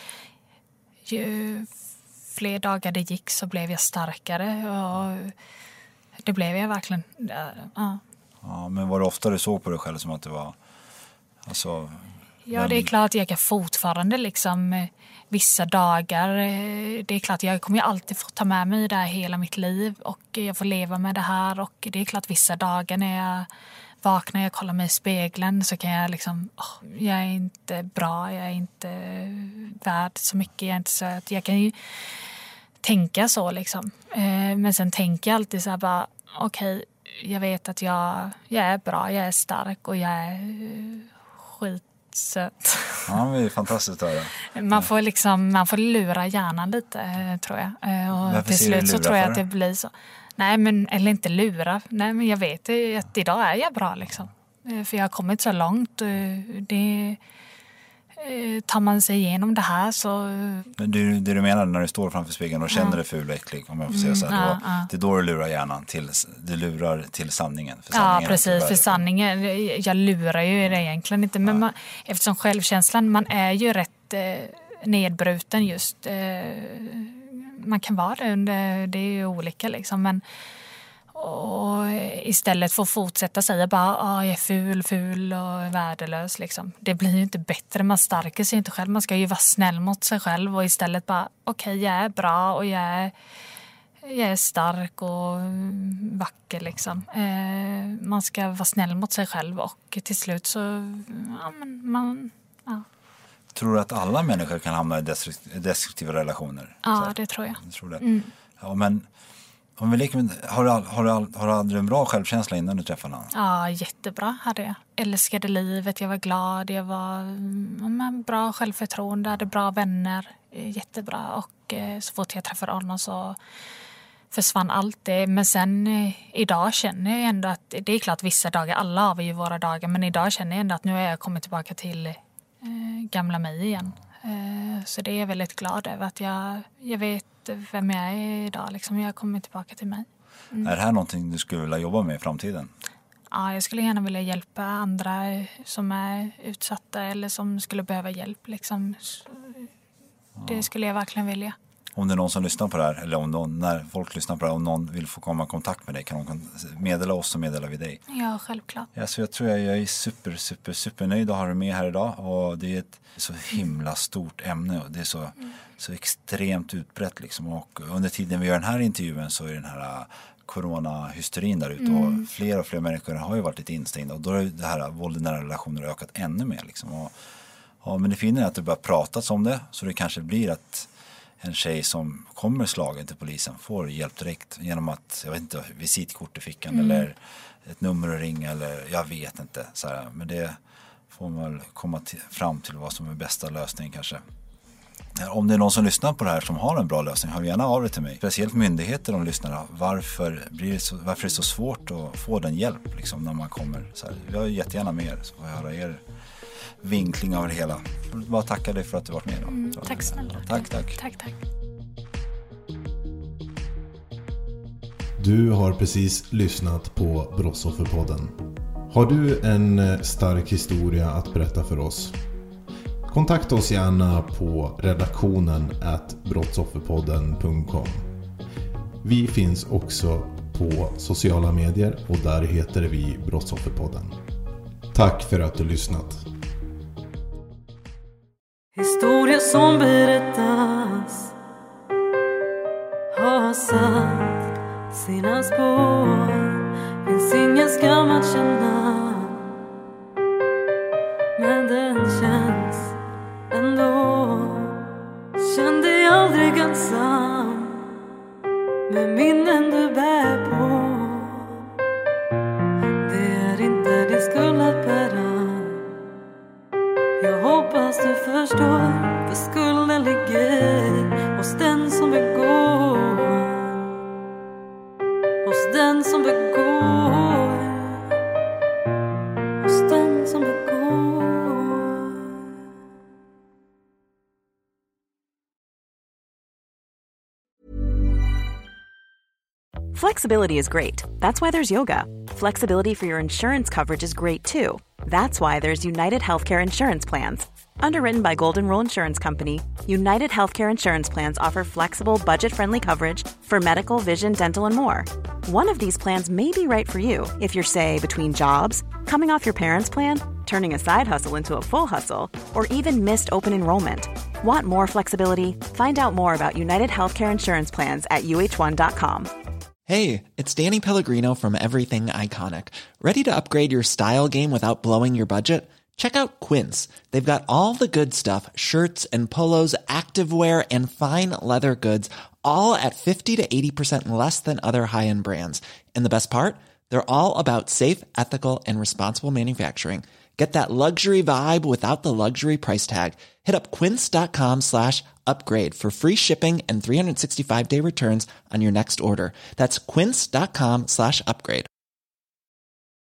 ju fler dagar det gick så blev jag starkare, och det blev jag verkligen. Ja, ja, men var det ofta du såg på dig själv som att det var alltså, ja, vem... det är klart jag kan fortfarande liksom vissa dagar, det är klart jag kommer ju alltid få ta med mig det här hela mitt liv, och jag får leva med det här, och det är klart vissa dagar när jag vaknar, jag kollar mig i spegeln, så kan jag liksom, oh, jag är inte bra, jag är inte värd så mycket, jag är inte så att jag kan ju tänka så liksom. Men sen tänker jag alltid så här bara, okej, okay, jag vet att jag, jag är bra, jag är stark och jag är skit. Så. Ja, det är fantastiskt att höra. Man får liksom, man får lura hjärnan lite, tror jag. Och varför till slut så tror jag att det? det blir så. Nej, men eller inte lura. Nej, men jag vet att idag är jag bra, liksom. För jag har kommit så långt. Det tar man sig igenom det här så... Men det, det du menar när du står framför spegeln och känner ja. dig ful och äcklig, om jag får säga så här, mm, då, ja, ja. det är då du lurar hjärnan till, du lurar till sanningen. För sanningen ja, precis, för sanningen, jag lurar ju det egentligen inte, men ja. man, eftersom självkänslan, man är ju rätt eh, nedbruten just, eh, man kan vara det under, det är ju olika liksom, men och istället för att fortsätta säga bara ah, jag är ful, ful och värdelös liksom. Det blir ju inte bättre, man stärker sig inte själv, man ska ju vara snäll mot sig själv och istället bara okej, okay, jag är bra och jag är, jag är stark och vacker liksom. Eh, man ska vara snäll mot sig själv, och till slut så ja, men man ja. Tror du att alla människor kan hamna i destruktiva relationer? Ja, det tror jag. jag tror det. Mm. Ja, men om vi leker med, har, du, har, du, har du aldrig en bra självkänsla innan du träffade någon? Ja, jättebra hade jag. Älskade livet, jag var glad, jag var mm, bra självförtroende, hade bra vänner, jättebra. Och eh, så fort jag träffade honom så försvann allt det. Men sen eh, idag känner jag ändå att det är klart vissa dagar, alla har vi ju våra dagar, men idag känner jag ändå att nu har jag kommit tillbaka till eh, gamla mig igen. Eh, så det är jag väldigt glad över, att jag, jag vet vem jag är idag. Liksom. Jag kommer tillbaka till mig. Mm. Är det här någonting du skulle vilja jobba med i framtiden? ja, jag skulle gärna vilja hjälpa andra som är utsatta eller som skulle behöva hjälp. Liksom. Det skulle jag verkligen vilja. Om det är någon som lyssnar på det här, eller om någon, när folk lyssnar på det här, om någon vill få komma i kontakt med dig, kan de meddela oss och meddela vi dig? Ja, självklart. Ja, så jag tror jag, jag är super, super, super nöjd att ha dig med här idag. Och det är ett så himla stort ämne och det är så, mm. så extremt utbrett liksom. Och under tiden vi gör den här intervjun så är den här coronahysterin där ute mm. och fler och fler människor har ju varit lite instängda och då har det här våld i nära relationer ökat ännu mer liksom. Och, ja, men det fina är att det börjar pratas om det, så det kanske blir att en tjej som kommer slagen till polisen får hjälp direkt genom att, jag vet inte, visitkort i fickan mm. eller ett nummer att ringa eller jag vet inte så här, men det får man väl komma till, fram till vad som är bästa lösningen kanske. Om det är någon som lyssnar på det här som har en bra lösning, hör gärna av det till mig. Speciellt myndigheter de lyssnar. Varför, blir det så, varför är det så svårt att få den hjälp liksom, när man kommer? Så här, jag är jättegärna med er, så får jag höra er vinkling av det hela. Jag vill bara tacka dig för att du varit med. Då. Mm, tack snälla. Tack, tack. Tack, tack. Du har precis lyssnat på Brottsofferpodden. Har du en stark historia att berätta för oss? Kontakta oss gärna på redaktionen at brottsofferpodden punkt com. Vi finns också på sociala medier och där heter vi Brottsofferpodden. Tack för att du lyssnat. Historia som berättas har satt sina spår. Finns ingen skam att känna, men den känns ändå. Känn dig aldrig ensam med minnen du bär på. Det är inte din skuld att bära. Jag hoppas du förstår, för skulden ligger hos den som begår. Hos den som begår. Hos den som begår. Flexibility is great. That's why there's yoga. Flexibility for your insurance coverage is great too. That's why there's United Healthcare Insurance Plans. Underwritten by Golden Rule Insurance Company, United Healthcare Insurance Plans offer flexible, budget-friendly coverage for medical, vision, dental, and more. One of these plans may be right for you if you're, say, between jobs, coming off your parents' plan, turning a side hustle into a full hustle, or even missed open enrollment. Want more flexibility? Find out more about United Healthcare Insurance Plans at U H one dot com. Hey, it's Danny Pellegrino from Everything Iconic. Ready to upgrade your style game without blowing your budget? Check out Quince. They've got all the good stuff, shirts and polos, activewear, and fine leather goods, all at fifty to eighty percent less than other high-end brands. And the best part? They're all about safe, ethical, and responsible manufacturing. Get that luxury vibe without the luxury price tag. Hit up quince.com slash upgrade for free shipping and three sixty-five day returns on your next order. That's quince.com slash upgrade.